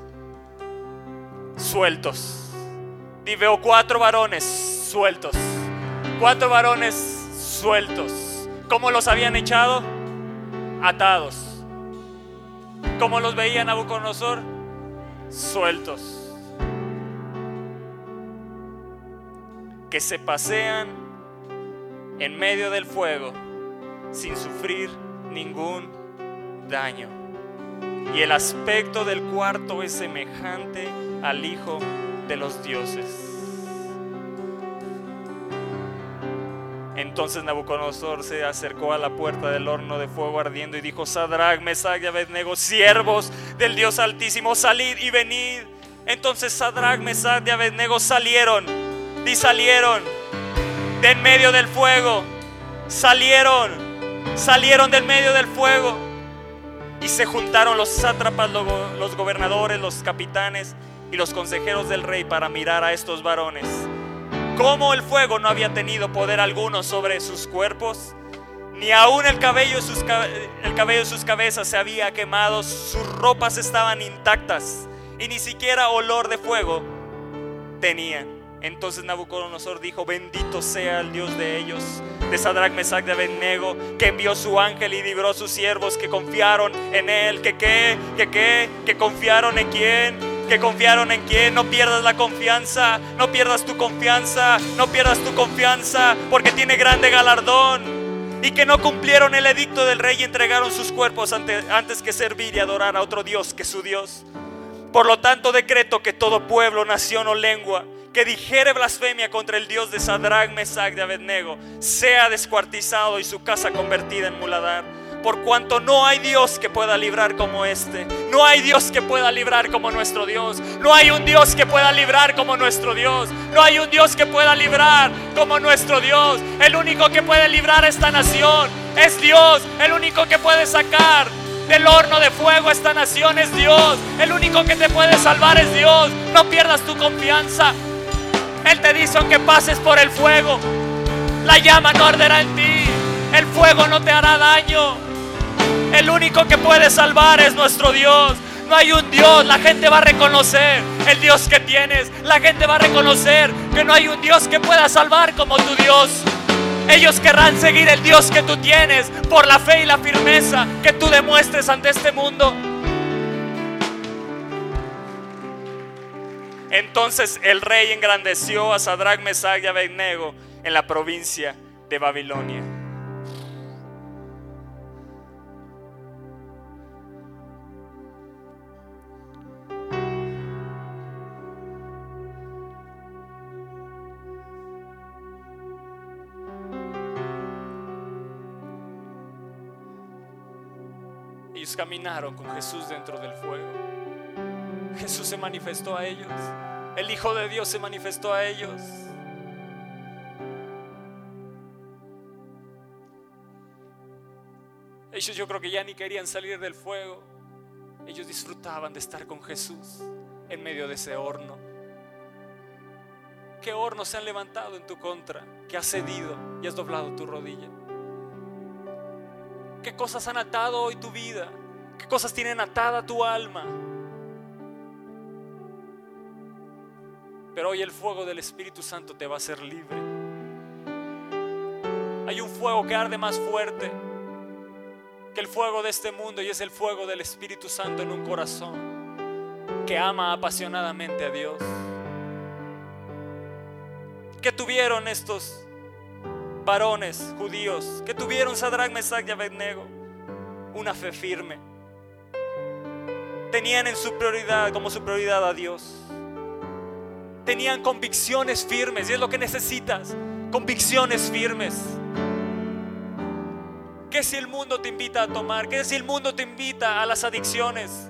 sueltos. Y veo 4 varones sueltos. 4 varones sueltos. ¿Cómo los habían echado? Atados. ¿Cómo los veía Nabucodonosor? Sueltos. Que se pasean en medio del fuego sin sufrir ningún daño. Y el aspecto del cuarto es semejante al Hijo de los dioses. Entonces Nabucodonosor se acercó a la puerta del horno de fuego ardiendo y dijo: Sadrach, Mesach y Abednego, siervos del Dios Altísimo, salid y venid. Entonces Sadrach, Mesach y Abednego salieron de en medio del fuego. Salieron del medio del fuego. Y se juntaron los sátrapas, los gobernadores, los capitanes y los consejeros del rey para mirar a estos varones. Como el fuego no había tenido poder alguno sobre sus cuerpos, ni aún el cabello de sus cabezas se había quemado, sus ropas estaban intactas y ni siquiera olor de fuego tenían. Entonces Nabucodonosor dijo: bendito sea el Dios de ellos, de Sadrach, Mesach y Abednego, que envió su ángel y libró a sus siervos que confiaron en él. Que confiaron en quién. Que confiaron en quién. No pierdas la confianza. No pierdas tu confianza. No pierdas tu confianza, porque tiene grande galardón. Y que no cumplieron el edicto del rey y entregaron sus cuerpos antes que servir y adorar a otro Dios que su Dios. Por lo tanto decreto que todo pueblo, nación o lengua que dijere blasfemia contra el Dios de Sadrach, Mesach y Abednego sea descuartizado y su casa convertida en muladar. Por cuanto no hay Dios que pueda librar como este. No hay Dios que pueda librar como nuestro Dios. No hay un Dios que pueda librar como nuestro Dios. No hay un Dios que pueda librar como nuestro Dios. El único que puede librar a esta nación es Dios. El único que puede sacar del horno de fuego a esta nación es Dios. El único que te puede salvar es Dios. No pierdas tu confianza. Él te dice: aunque pases por el fuego, la llama no arderá en ti. El fuego no te hará daño. El único que puede salvar es nuestro Dios. No hay un Dios. La gente va a reconocer el Dios que tienes. La gente va a reconocer que no hay un Dios que pueda salvar como tu Dios. Ellos querrán seguir el Dios que tú tienes por la fe y la firmeza que tú demuestres ante este mundo. Entonces el rey engrandeció a Sadrach, Mesach y Abednego en la provincia de Babilonia. Ellos caminaron con Jesús dentro del fuego. Jesús se manifestó a ellos. El Hijo de Dios se manifestó a ellos. Ellos, yo creo que ya ni querían salir del fuego. Ellos disfrutaban de estar con Jesús en medio de ese horno. ¿Qué hornos se han levantado en tu contra? ¿Qué has cedido y has doblado tu rodilla? ¿Qué cosas han atado hoy tu vida? ¿Qué cosas tienen atada tu alma? Pero hoy el fuego del Espíritu Santo te va a hacer libre. Hay un fuego que arde más fuerte que el fuego de este mundo, y es el fuego del Espíritu Santo en un corazón que ama apasionadamente a Dios. ¿Qué tuvieron estos varones judíos? ¿Qué tuvieron Sadrach, Mesach y Abednego? Una fe firme. Tenían como su prioridad a Dios. Tenían convicciones firmes, y es lo que necesitas, convicciones firmes. ¿Qué si el mundo te invita a tomar? ¿Qué si el mundo te invita a las adicciones?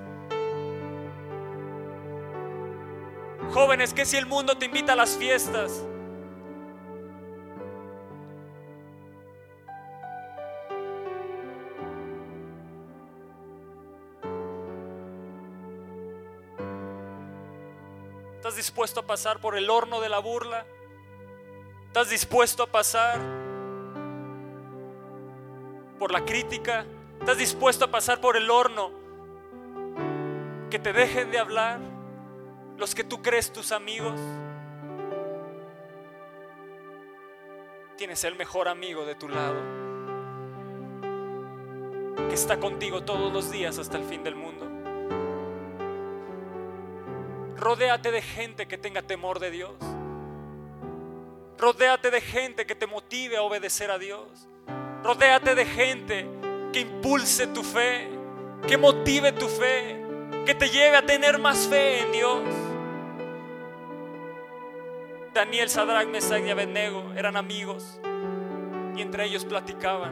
Jóvenes, ¿qué si el mundo te invita a las fiestas? ¿Estás dispuesto a pasar por el horno de la burla? ¿Estás dispuesto a pasar por la crítica? ¿Estás dispuesto a pasar por el horno? Que te dejen de hablar los que tú crees tus amigos. Tienes el mejor amigo de tu lado, que está contigo todos los días hasta el fin del mundo. Rodéate de gente que tenga temor de Dios. Rodéate de gente que te motive a obedecer a Dios. Rodéate de gente que impulse tu fe, que motive tu fe, que te lleve a tener más fe en Dios. Daniel, Sadrach, Mesach y Abednego eran amigos y entre ellos platicaban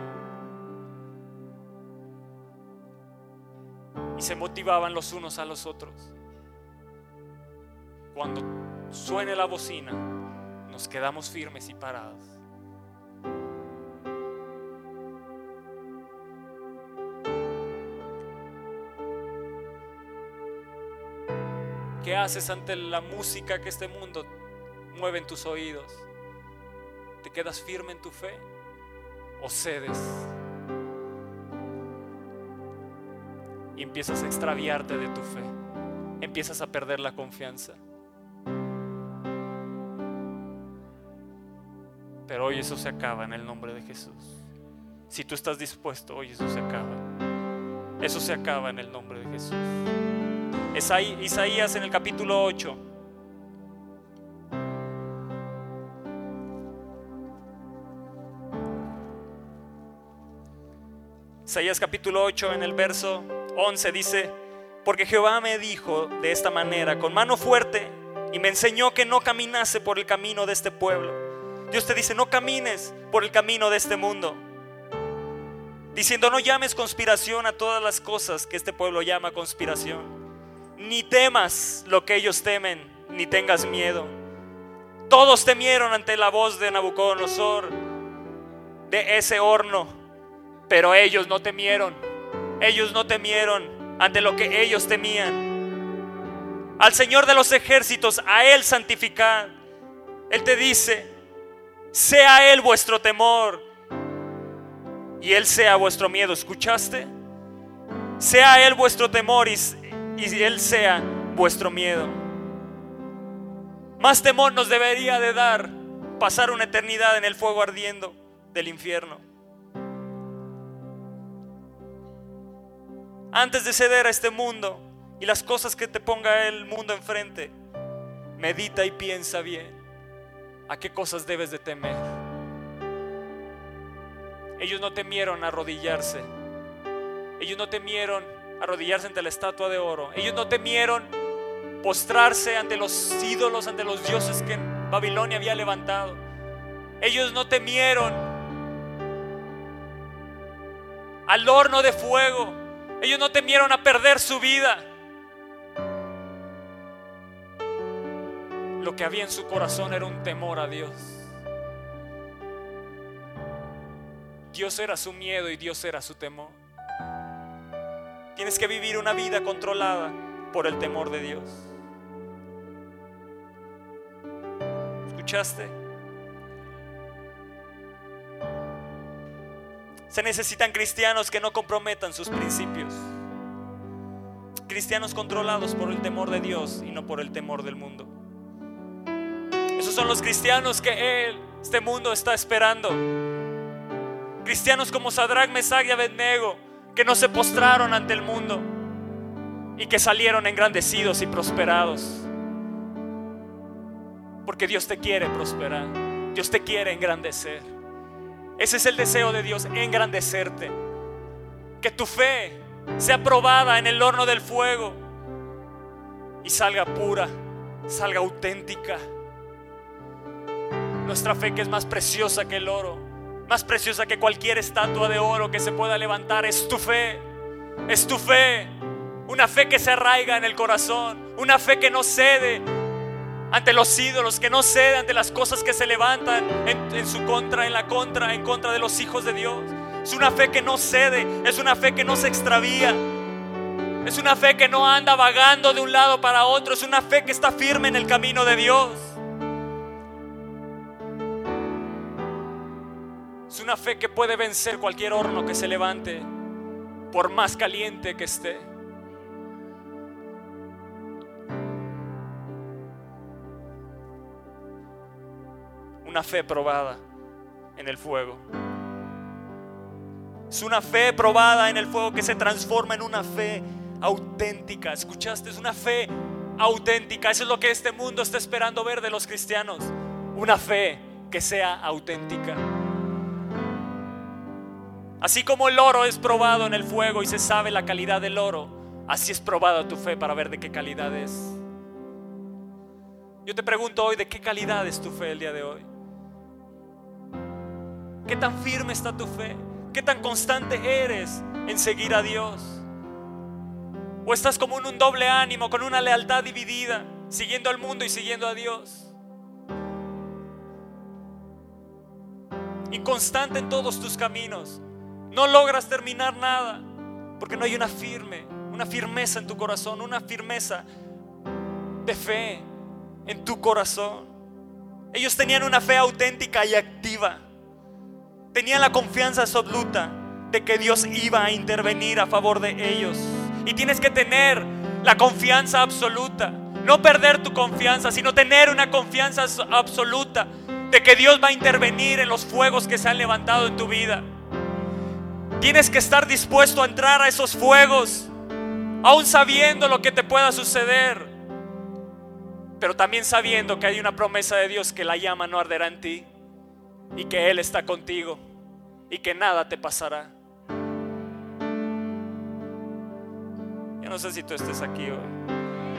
y se motivaban los unos a los otros. Cuando suene la bocina, nos quedamos firmes y parados. ¿Qué haces ante la música que este mundo mueve en tus oídos? ¿Te quedas firme en tu fe o cedes y empiezas a extraviarte de tu fe? Empiezas a perder la confianza. Pero hoy eso se acaba en el nombre de Jesús. Si tú estás dispuesto, hoy eso se acaba. Eso se acaba en el nombre de Jesús. Isaías en el capítulo 8. Isaías capítulo 8 en el verso 11 dice: porque Jehová me dijo de esta manera, con mano fuerte, y me enseñó que no caminase por el camino de este pueblo. Dios te dice: no camines por el camino de este mundo, diciendo: no llames conspiración a todas las cosas que este pueblo llama conspiración, ni temas lo que ellos temen, ni tengas miedo. Todos temieron ante la voz de Nabucodonosor, de ese horno, pero ellos no temieron. Ellos no temieron ante lo que ellos temían. Al Señor de los ejércitos, a Él santificad. Él te dice: sea Él vuestro temor y Él sea vuestro miedo. ¿Escuchaste? Sea Él vuestro temor y Él sea vuestro miedo. Más temor nos debería de dar pasar una eternidad en el fuego ardiendo del infierno. Antes de ceder a este mundo y las cosas que te ponga el mundo enfrente, medita y piensa bien a qué cosas debes de temer. Ellos no temieron arrodillarse. Ellos no temieron arrodillarse ante la estatua de oro. Ellos no temieron postrarse ante los ídolos, ante los dioses que Babilonia había levantado. Ellos no temieron al horno de fuego. Ellos no temieron a perder su vida. Lo que había en su corazón era un temor a Dios. Dios era su miedo y Dios era su temor. Tienes que vivir una vida controlada por el temor de Dios. ¿Escuchaste? Se necesitan cristianos que no comprometan sus principios. Cristianos controlados por el temor de Dios y no por el temor del mundo. Esos son los cristianos que este mundo está esperando. Cristianos como Sadrach, Mesach y Abednego, que no se postraron ante el mundo y que salieron engrandecidos y prosperados. Porque Dios te quiere prosperar. Dios te quiere engrandecer. Ese es el deseo de Dios, engrandecerte. Que tu fe sea probada en el horno del fuego y salga pura, salga auténtica. Nuestra fe, que es más preciosa que el oro, más preciosa que cualquier estatua de oro que se pueda levantar, es tu fe. Es tu fe. Una fe que se arraiga en el corazón. Una fe que no cede ante los ídolos, que no cede ante las cosas que se levantan en su contra, en contra de los hijos de Dios. Es una fe que no cede, es una fe que no se extravía. Es una fe que no anda vagando de un lado para otro. Es una fe que está firme en el camino de Dios. Es una fe que puede vencer cualquier horno que se levante, por más caliente que esté. Una fe probada en el fuego. Es una fe probada en el fuego que se transforma en una fe auténtica. ¿Escuchaste? Es una fe auténtica. Eso es lo que este mundo está esperando ver de los cristianos. Una fe que sea auténtica. Así como el oro es probado en el fuego y se sabe la calidad del oro, así es probada tu fe para ver de qué calidad es. Yo te pregunto hoy, ¿de qué calidad es tu fe el día de hoy? ¿Qué tan firme está tu fe? ¿Qué tan constante eres en seguir a Dios? ¿O estás como en un doble ánimo, con una lealtad dividida, siguiendo al mundo y siguiendo a Dios? Inconstante en todos tus caminos. No logras terminar nada porque no hay una firmeza en tu corazón, una firmeza de fe en tu corazón. Ellos tenían una fe auténtica y activa. Tenían la confianza absoluta de que Dios iba a intervenir a favor de ellos. Y tienes que tener la confianza absoluta, no perder tu confianza, sino tener una confianza absoluta de que Dios va a intervenir en los fuegos que se han levantado en tu vida. Tienes que estar dispuesto a entrar a esos fuegos, aún sabiendo lo que te pueda suceder, pero también sabiendo que hay una promesa de Dios, que la llama no arderá en ti y que Él está contigo y que nada te pasará. Yo no sé si tú estés aquí hoy.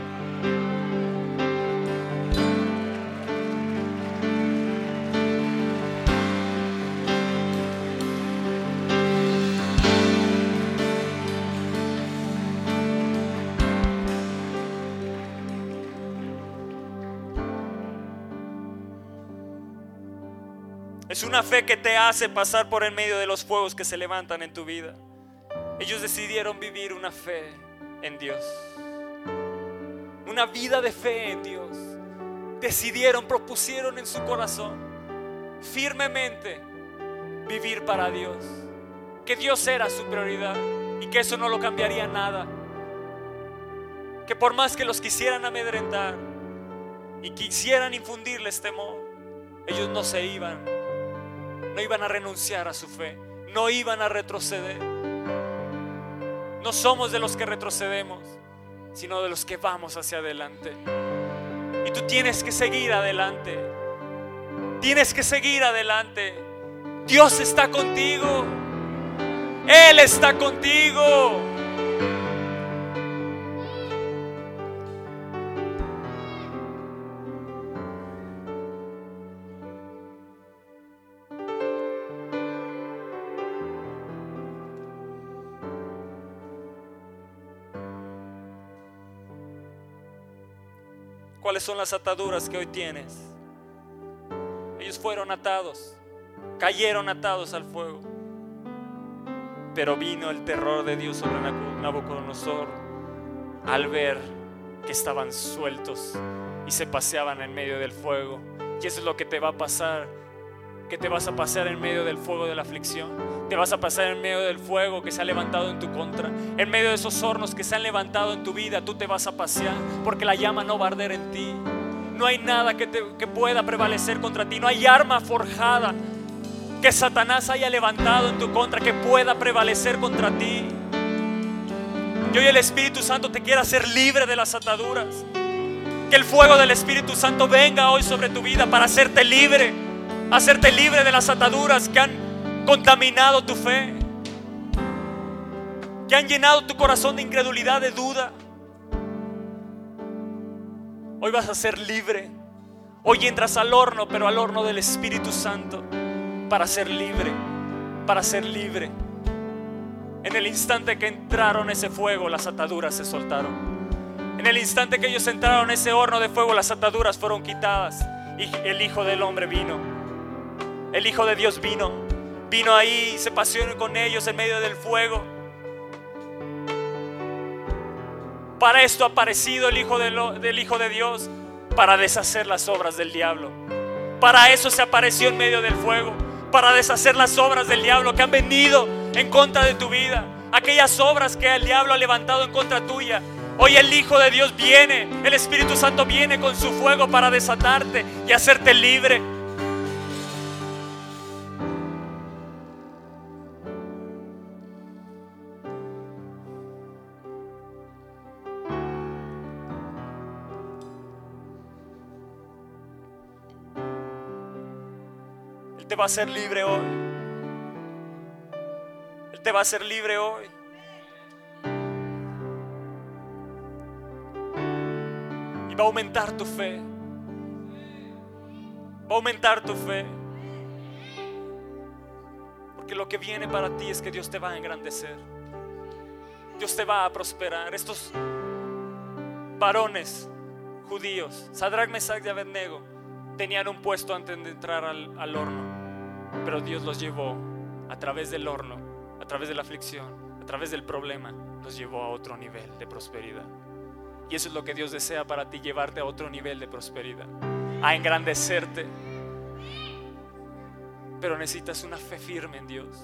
Es una fe que te hace pasar por en medio de los fuegos que se levantan en tu vida. Ellos decidieron vivir una fe en Dios, una vida de fe en Dios. Decidieron, propusieron en su corazón firmemente vivir para Dios, que Dios era su prioridad y que eso no lo cambiaría nada. Que por más que los quisieran amedrentar y quisieran infundirles temor, ellos no iban a renunciar a su fe, no iban a retroceder. No somos de los que retrocedemos, sino de los que vamos hacia adelante. Y tú tienes que seguir adelante. Tienes que seguir adelante. Dios está contigo. Él está contigo. ¿Cuáles son las ataduras que hoy tienes? Ellos fueron atados, cayeron atados al fuego, pero vino el terror de Dios sobre Nabucodonosor al ver que estaban sueltos y se paseaban en medio del fuego. Y eso es lo que te va a pasar, que te vas a pasear en medio del fuego de la aflicción. Te vas a pasar en medio del fuego que se ha levantado en tu contra, en medio de esos hornos que se han levantado en tu vida. Tú te vas a pasear porque la llama no va a arder en ti. No hay nada que pueda prevalecer contra ti. No hay arma forjada que Satanás haya levantado en tu contra que pueda prevalecer contra ti. Y hoy el Espíritu Santo te quiere hacer libre de las ataduras. Que el fuego del Espíritu Santo venga hoy sobre tu vida para hacerte libre de las ataduras que han contaminado tu fe, que han llenado tu corazón de incredulidad, de duda. Hoy vas a ser libre. Hoy entras al horno, pero al horno del Espíritu Santo, para ser libre, para ser libre. En el instante que entraron ese fuego, las ataduras se soltaron. En el instante que ellos entraron en ese horno de fuego, las ataduras fueron quitadas y el Hijo del Hombre vino. El Hijo de Dios vino ahí, se paseó con ellos en medio del fuego. Para esto ha aparecido el Hijo del Hijo de Dios, para deshacer las obras del diablo. Para eso se apareció en medio del fuego, para deshacer las obras del diablo que han venido en contra de tu vida, aquellas obras que el diablo ha levantado en contra tuya. Hoy el Hijo de Dios viene, el Espíritu Santo viene con su fuego para desatarte y hacerte libre. Él te va a hacer libre hoy. Él te va a hacer libre hoy. Y va a aumentar tu fe. Va a aumentar tu fe. Porque lo que viene para ti es que Dios te va a engrandecer. Dios te va a prosperar. Estos varones judíos, Sadrach, Mesach y Abednego, tenían un puesto antes de entrar al horno. Pero Dios los llevó a través del horno, a través de la aflicción, a través del problema, los llevó a otro nivel de prosperidad. Y eso es lo que Dios desea para ti, llevarte a otro nivel de prosperidad, a engrandecerte. Pero necesitas una fe firme en Dios.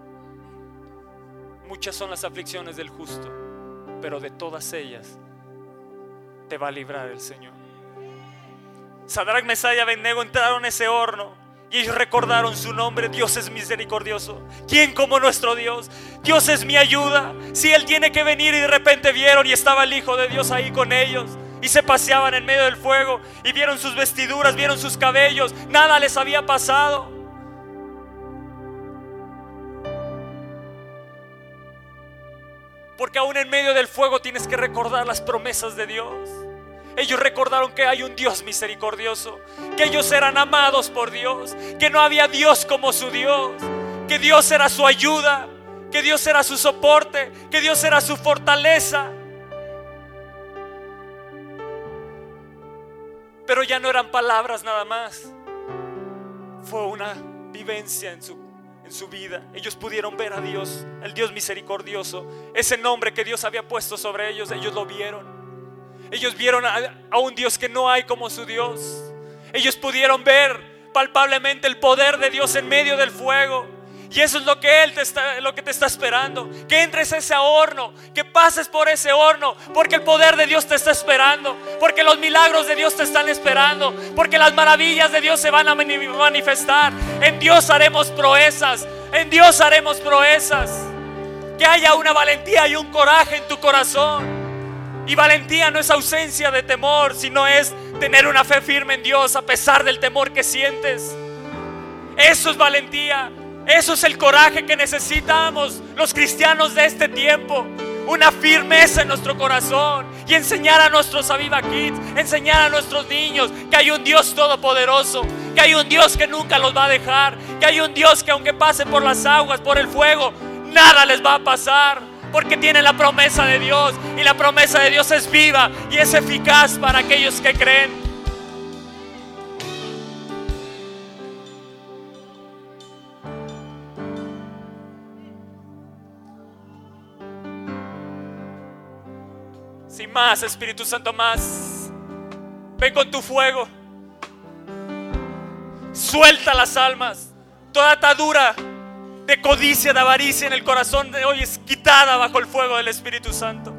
Muchas son las aflicciones del justo, pero de todas ellas te va a librar el Señor. Sadrach, Mesach y Abednego entraron a ese horno y ellos recordaron su nombre. Dios es misericordioso. ¿Quién como nuestro Dios? Dios es mi ayuda. Si Él tiene que venir, y de repente vieron y estaba el Hijo de Dios ahí con ellos, y se paseaban en medio del fuego, y vieron sus vestiduras, vieron sus cabellos, nada les había pasado. Porque aún en medio del fuego tienes que recordar las promesas de Dios. Ellos recordaron que hay un Dios misericordioso, que ellos eran amados por Dios, que no había Dios como su Dios, que Dios era su ayuda, que Dios era su soporte, que Dios era su fortaleza. Pero ya no eran palabras nada más, fue una vivencia en su vida. Ellos pudieron ver a Dios, el Dios misericordioso, ese nombre que Dios había puesto sobre ellos. Ellos lo vieron. Ellos vieron a un Dios que no hay como su Dios. Ellos pudieron ver palpablemente el poder de Dios en medio del fuego. Y eso es lo que te está esperando. Que entres a ese horno, que pases por ese horno, porque el poder de Dios te está esperando, porque los milagros de Dios te están esperando, porque las maravillas de Dios se van a manifestar. En Dios haremos proezas. En Dios haremos proezas. Que haya una valentía y un coraje en tu corazón. Y valentía no es ausencia de temor, sino es tener una fe firme en Dios a pesar del temor que sientes. Eso es valentía. Eso es el coraje que necesitamos los cristianos de este tiempo. Una firmeza en nuestro corazón. Y enseñar a nuestros Aviva Kids, enseñar a nuestros niños que hay un Dios todopoderoso, que hay un Dios que nunca los va a dejar, que hay un Dios que aunque pasen por las aguas, por el fuego, nada les va a pasar. Porque tienen la promesa de Dios, y la promesa de Dios es viva y es eficaz para aquellos que creen. Sin más, Espíritu Santo, más. Ven con tu fuego. Suelta las almas. Toda atadura de codicia, de avaricia en el corazón de hoy es quitada bajo el fuego del Espíritu Santo.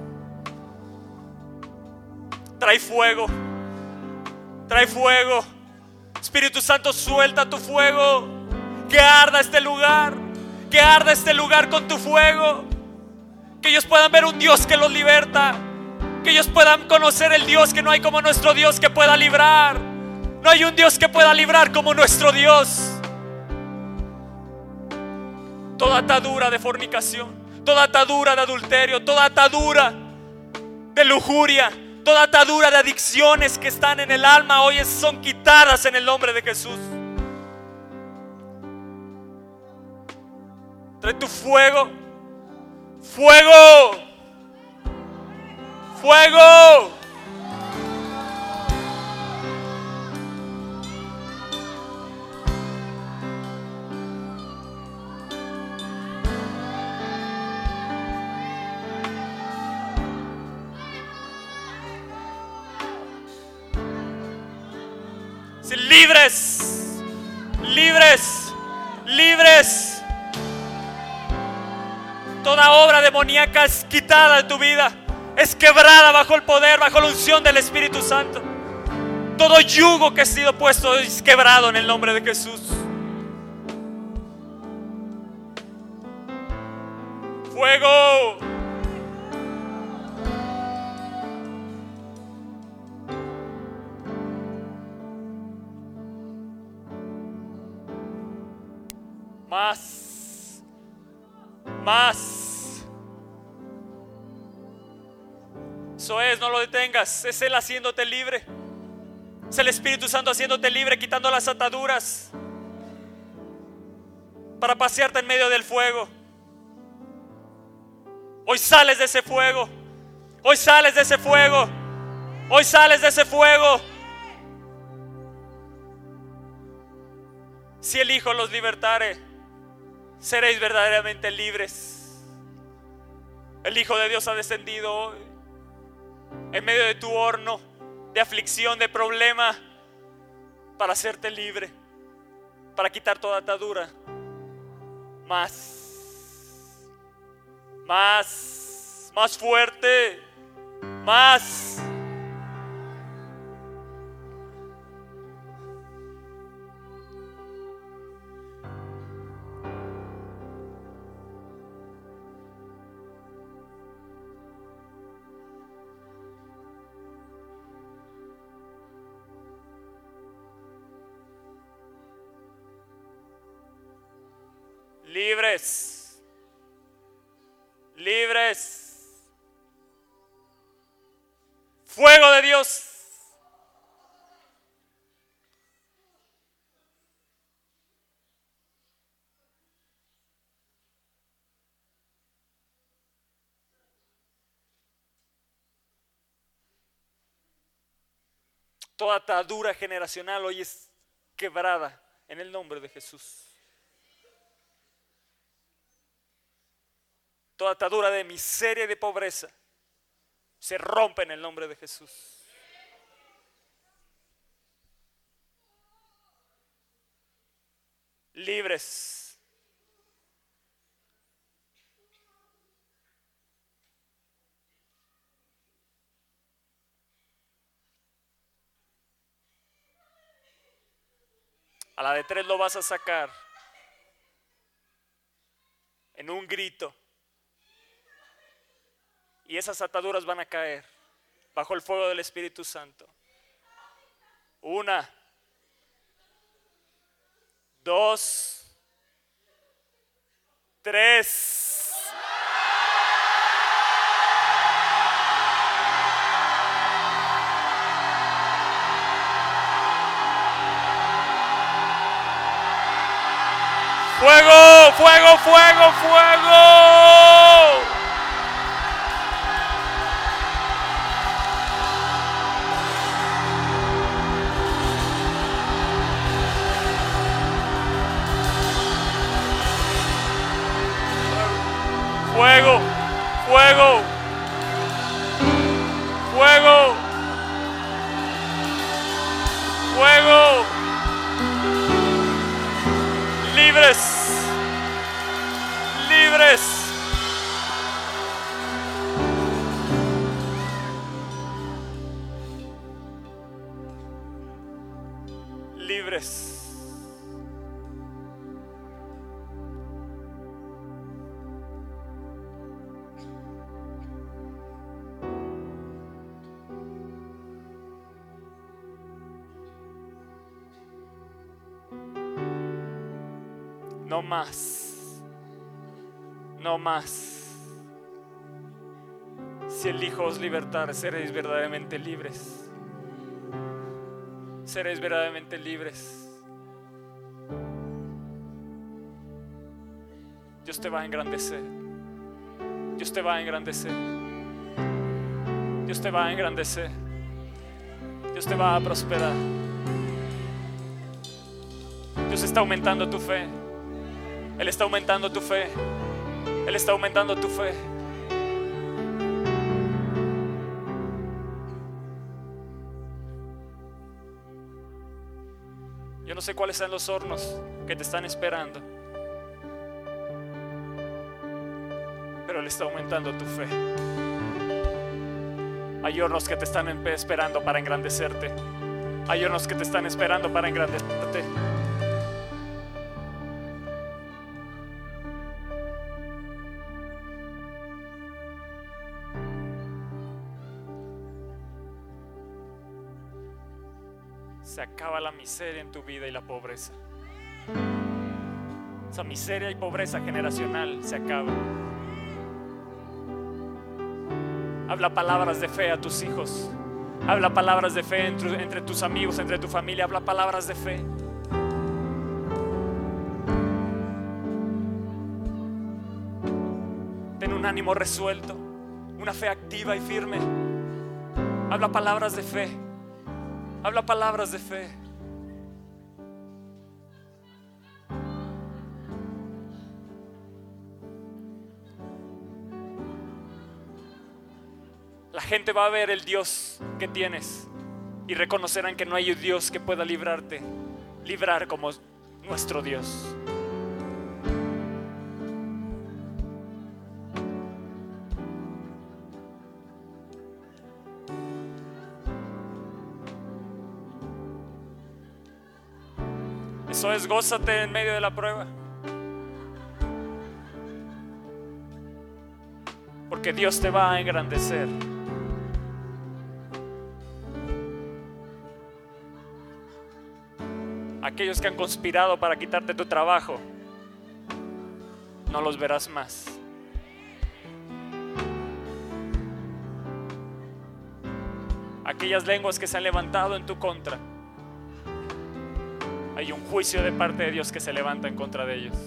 Trae fuego. Trae fuego. Espíritu Santo, suelta tu fuego. Que arda este lugar. Que arda este lugar con tu fuego. Que ellos puedan ver un Dios que los liberta. Que ellos puedan conocer el Dios, que no hay como nuestro Dios que pueda librar. No hay un Dios que pueda librar como nuestro Dios. Toda atadura de fornicación, toda atadura de adulterio, toda atadura de lujuria, toda atadura de adicciones que están en el alma hoy son quitadas en el nombre de Jesús. Trae tu fuego. Fuego. Fuego. Sí, libres, libres, libres. Toda obra demoníaca es quitada de tu vida, es quebrada bajo el poder, bajo la unción del Espíritu Santo. Todo yugo que ha sido puesto es quebrado en el nombre de Jesús. Fuego. Más. Más. Eso es, no lo detengas. Es Él haciéndote libre. Es el Espíritu Santo haciéndote libre, quitando las ataduras para pasearte en medio del fuego. Hoy sales de ese fuego. Hoy sales de ese fuego. Hoy sales de ese fuego. Si el Hijo los libertare, seréis verdaderamente libres. El Hijo de Dios ha descendido hoy en medio de tu horno de aflicción, de problema, para hacerte libre, para quitar toda atadura. Más fuerte, más. Libres, libres. Fuego de Dios. Toda atadura generacional hoy es quebrada en el nombre de Jesús. Toda atadura de miseria y de pobreza se rompe en el nombre de Jesús. Libres. A la de 3 lo vas a sacar en un grito. Y esas ataduras van a caer bajo el fuego del Espíritu Santo. 1, 2, 3. Fuego, fuego, fuego, fuego. Fuego, fuego, fuego, fuego. Libres, libres. Libres. No más, no más. Si el Hijo os libertare, seréis verdaderamente libres. Seréis verdaderamente libres. Dios te va a engrandecer. Dios te va a engrandecer. Dios te va a engrandecer. Dios te va a prosperar. Dios está aumentando tu fe. Él está aumentando tu fe. Él está aumentando tu fe. Yo no sé cuáles son los hornos que te están esperando, pero Él está aumentando tu fe. Hay hornos que te están esperando para engrandecerte. Hay hornos que te están esperando para engrandecerte. Se acaba la miseria en tu vida y la pobreza. Esa miseria y pobreza generacional se acaba. Habla palabras de fe a tus hijos. Habla palabras de fe entre tus amigos, entre tu familia. Habla palabras de fe. Ten un ánimo resuelto, una fe activa y firme. Habla palabras de fe. Habla palabras de fe. La gente va a ver el Dios que tienes y reconocerán que no hay un Dios que pueda librar como nuestro Dios. Eso es, gózate en medio de la prueba, porque Dios te va a engrandecer. Aquellos que han conspirado para quitarte tu trabajo, no los verás más. Aquellas lenguas que se han levantado en tu contra, hay un juicio de parte de Dios que se levanta en contra de ellos.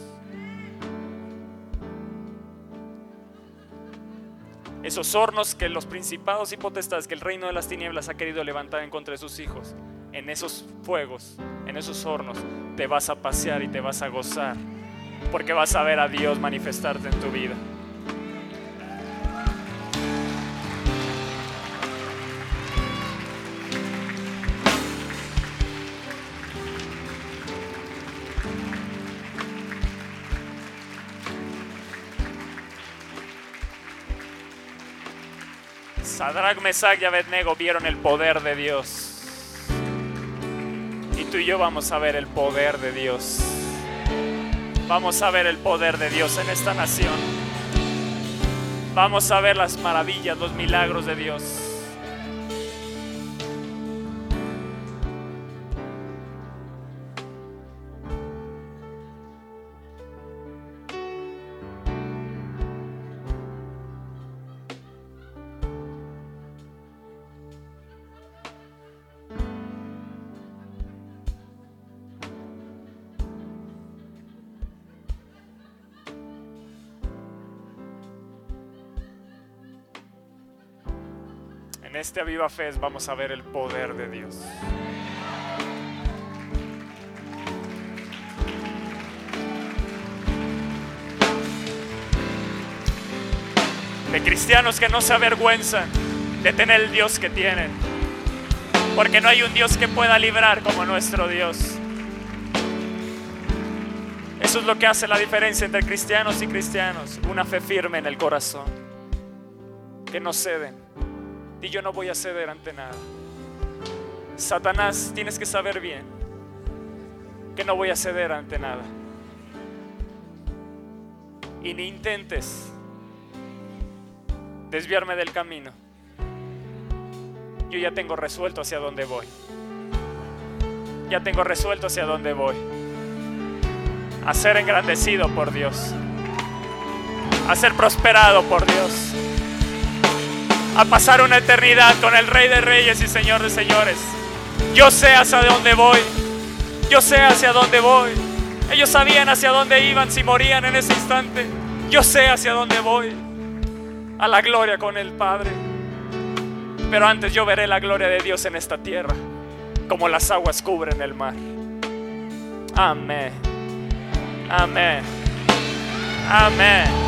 Esos hornos que los principados y potestades, que el reino de las tinieblas ha querido levantar en contra de sus hijos, en esos fuegos, en esos hornos, te vas a pasear y te vas a gozar, porque vas a ver a Dios manifestarte en tu vida. Sadrach, Mesach y Abednego vieron el poder de Dios. Y tú y yo vamos a ver el poder de Dios. Vamos a ver el poder de Dios en esta nación. Vamos a ver las maravillas, los milagros de Dios. En este Aviva Fest vamos a ver el poder de Dios. De cristianos que no se avergüenzan de tener el Dios que tienen, porque no hay un Dios que pueda librar como nuestro Dios. Eso es lo que hace la diferencia entre cristianos y cristianos. Una fe firme en el corazón, que no ceden. Y yo no voy a ceder ante nada. Satanás, tienes que saber bien que no voy a ceder ante nada. Y ni intentes desviarme del camino. Yo ya tengo resuelto hacia dónde voy. Ya tengo resuelto hacia dónde voy. A ser engrandecido por Dios, a ser prosperado por Dios, a pasar una eternidad con el Rey de Reyes y Señor de Señores. Yo sé hacia dónde voy. Yo sé hacia dónde voy. Ellos sabían hacia dónde iban si morían en ese instante. Yo sé hacia dónde voy. A la gloria con el Padre. Pero antes yo veré la gloria de Dios en esta tierra, como las aguas cubren el mar. Amén. Amén. Amén.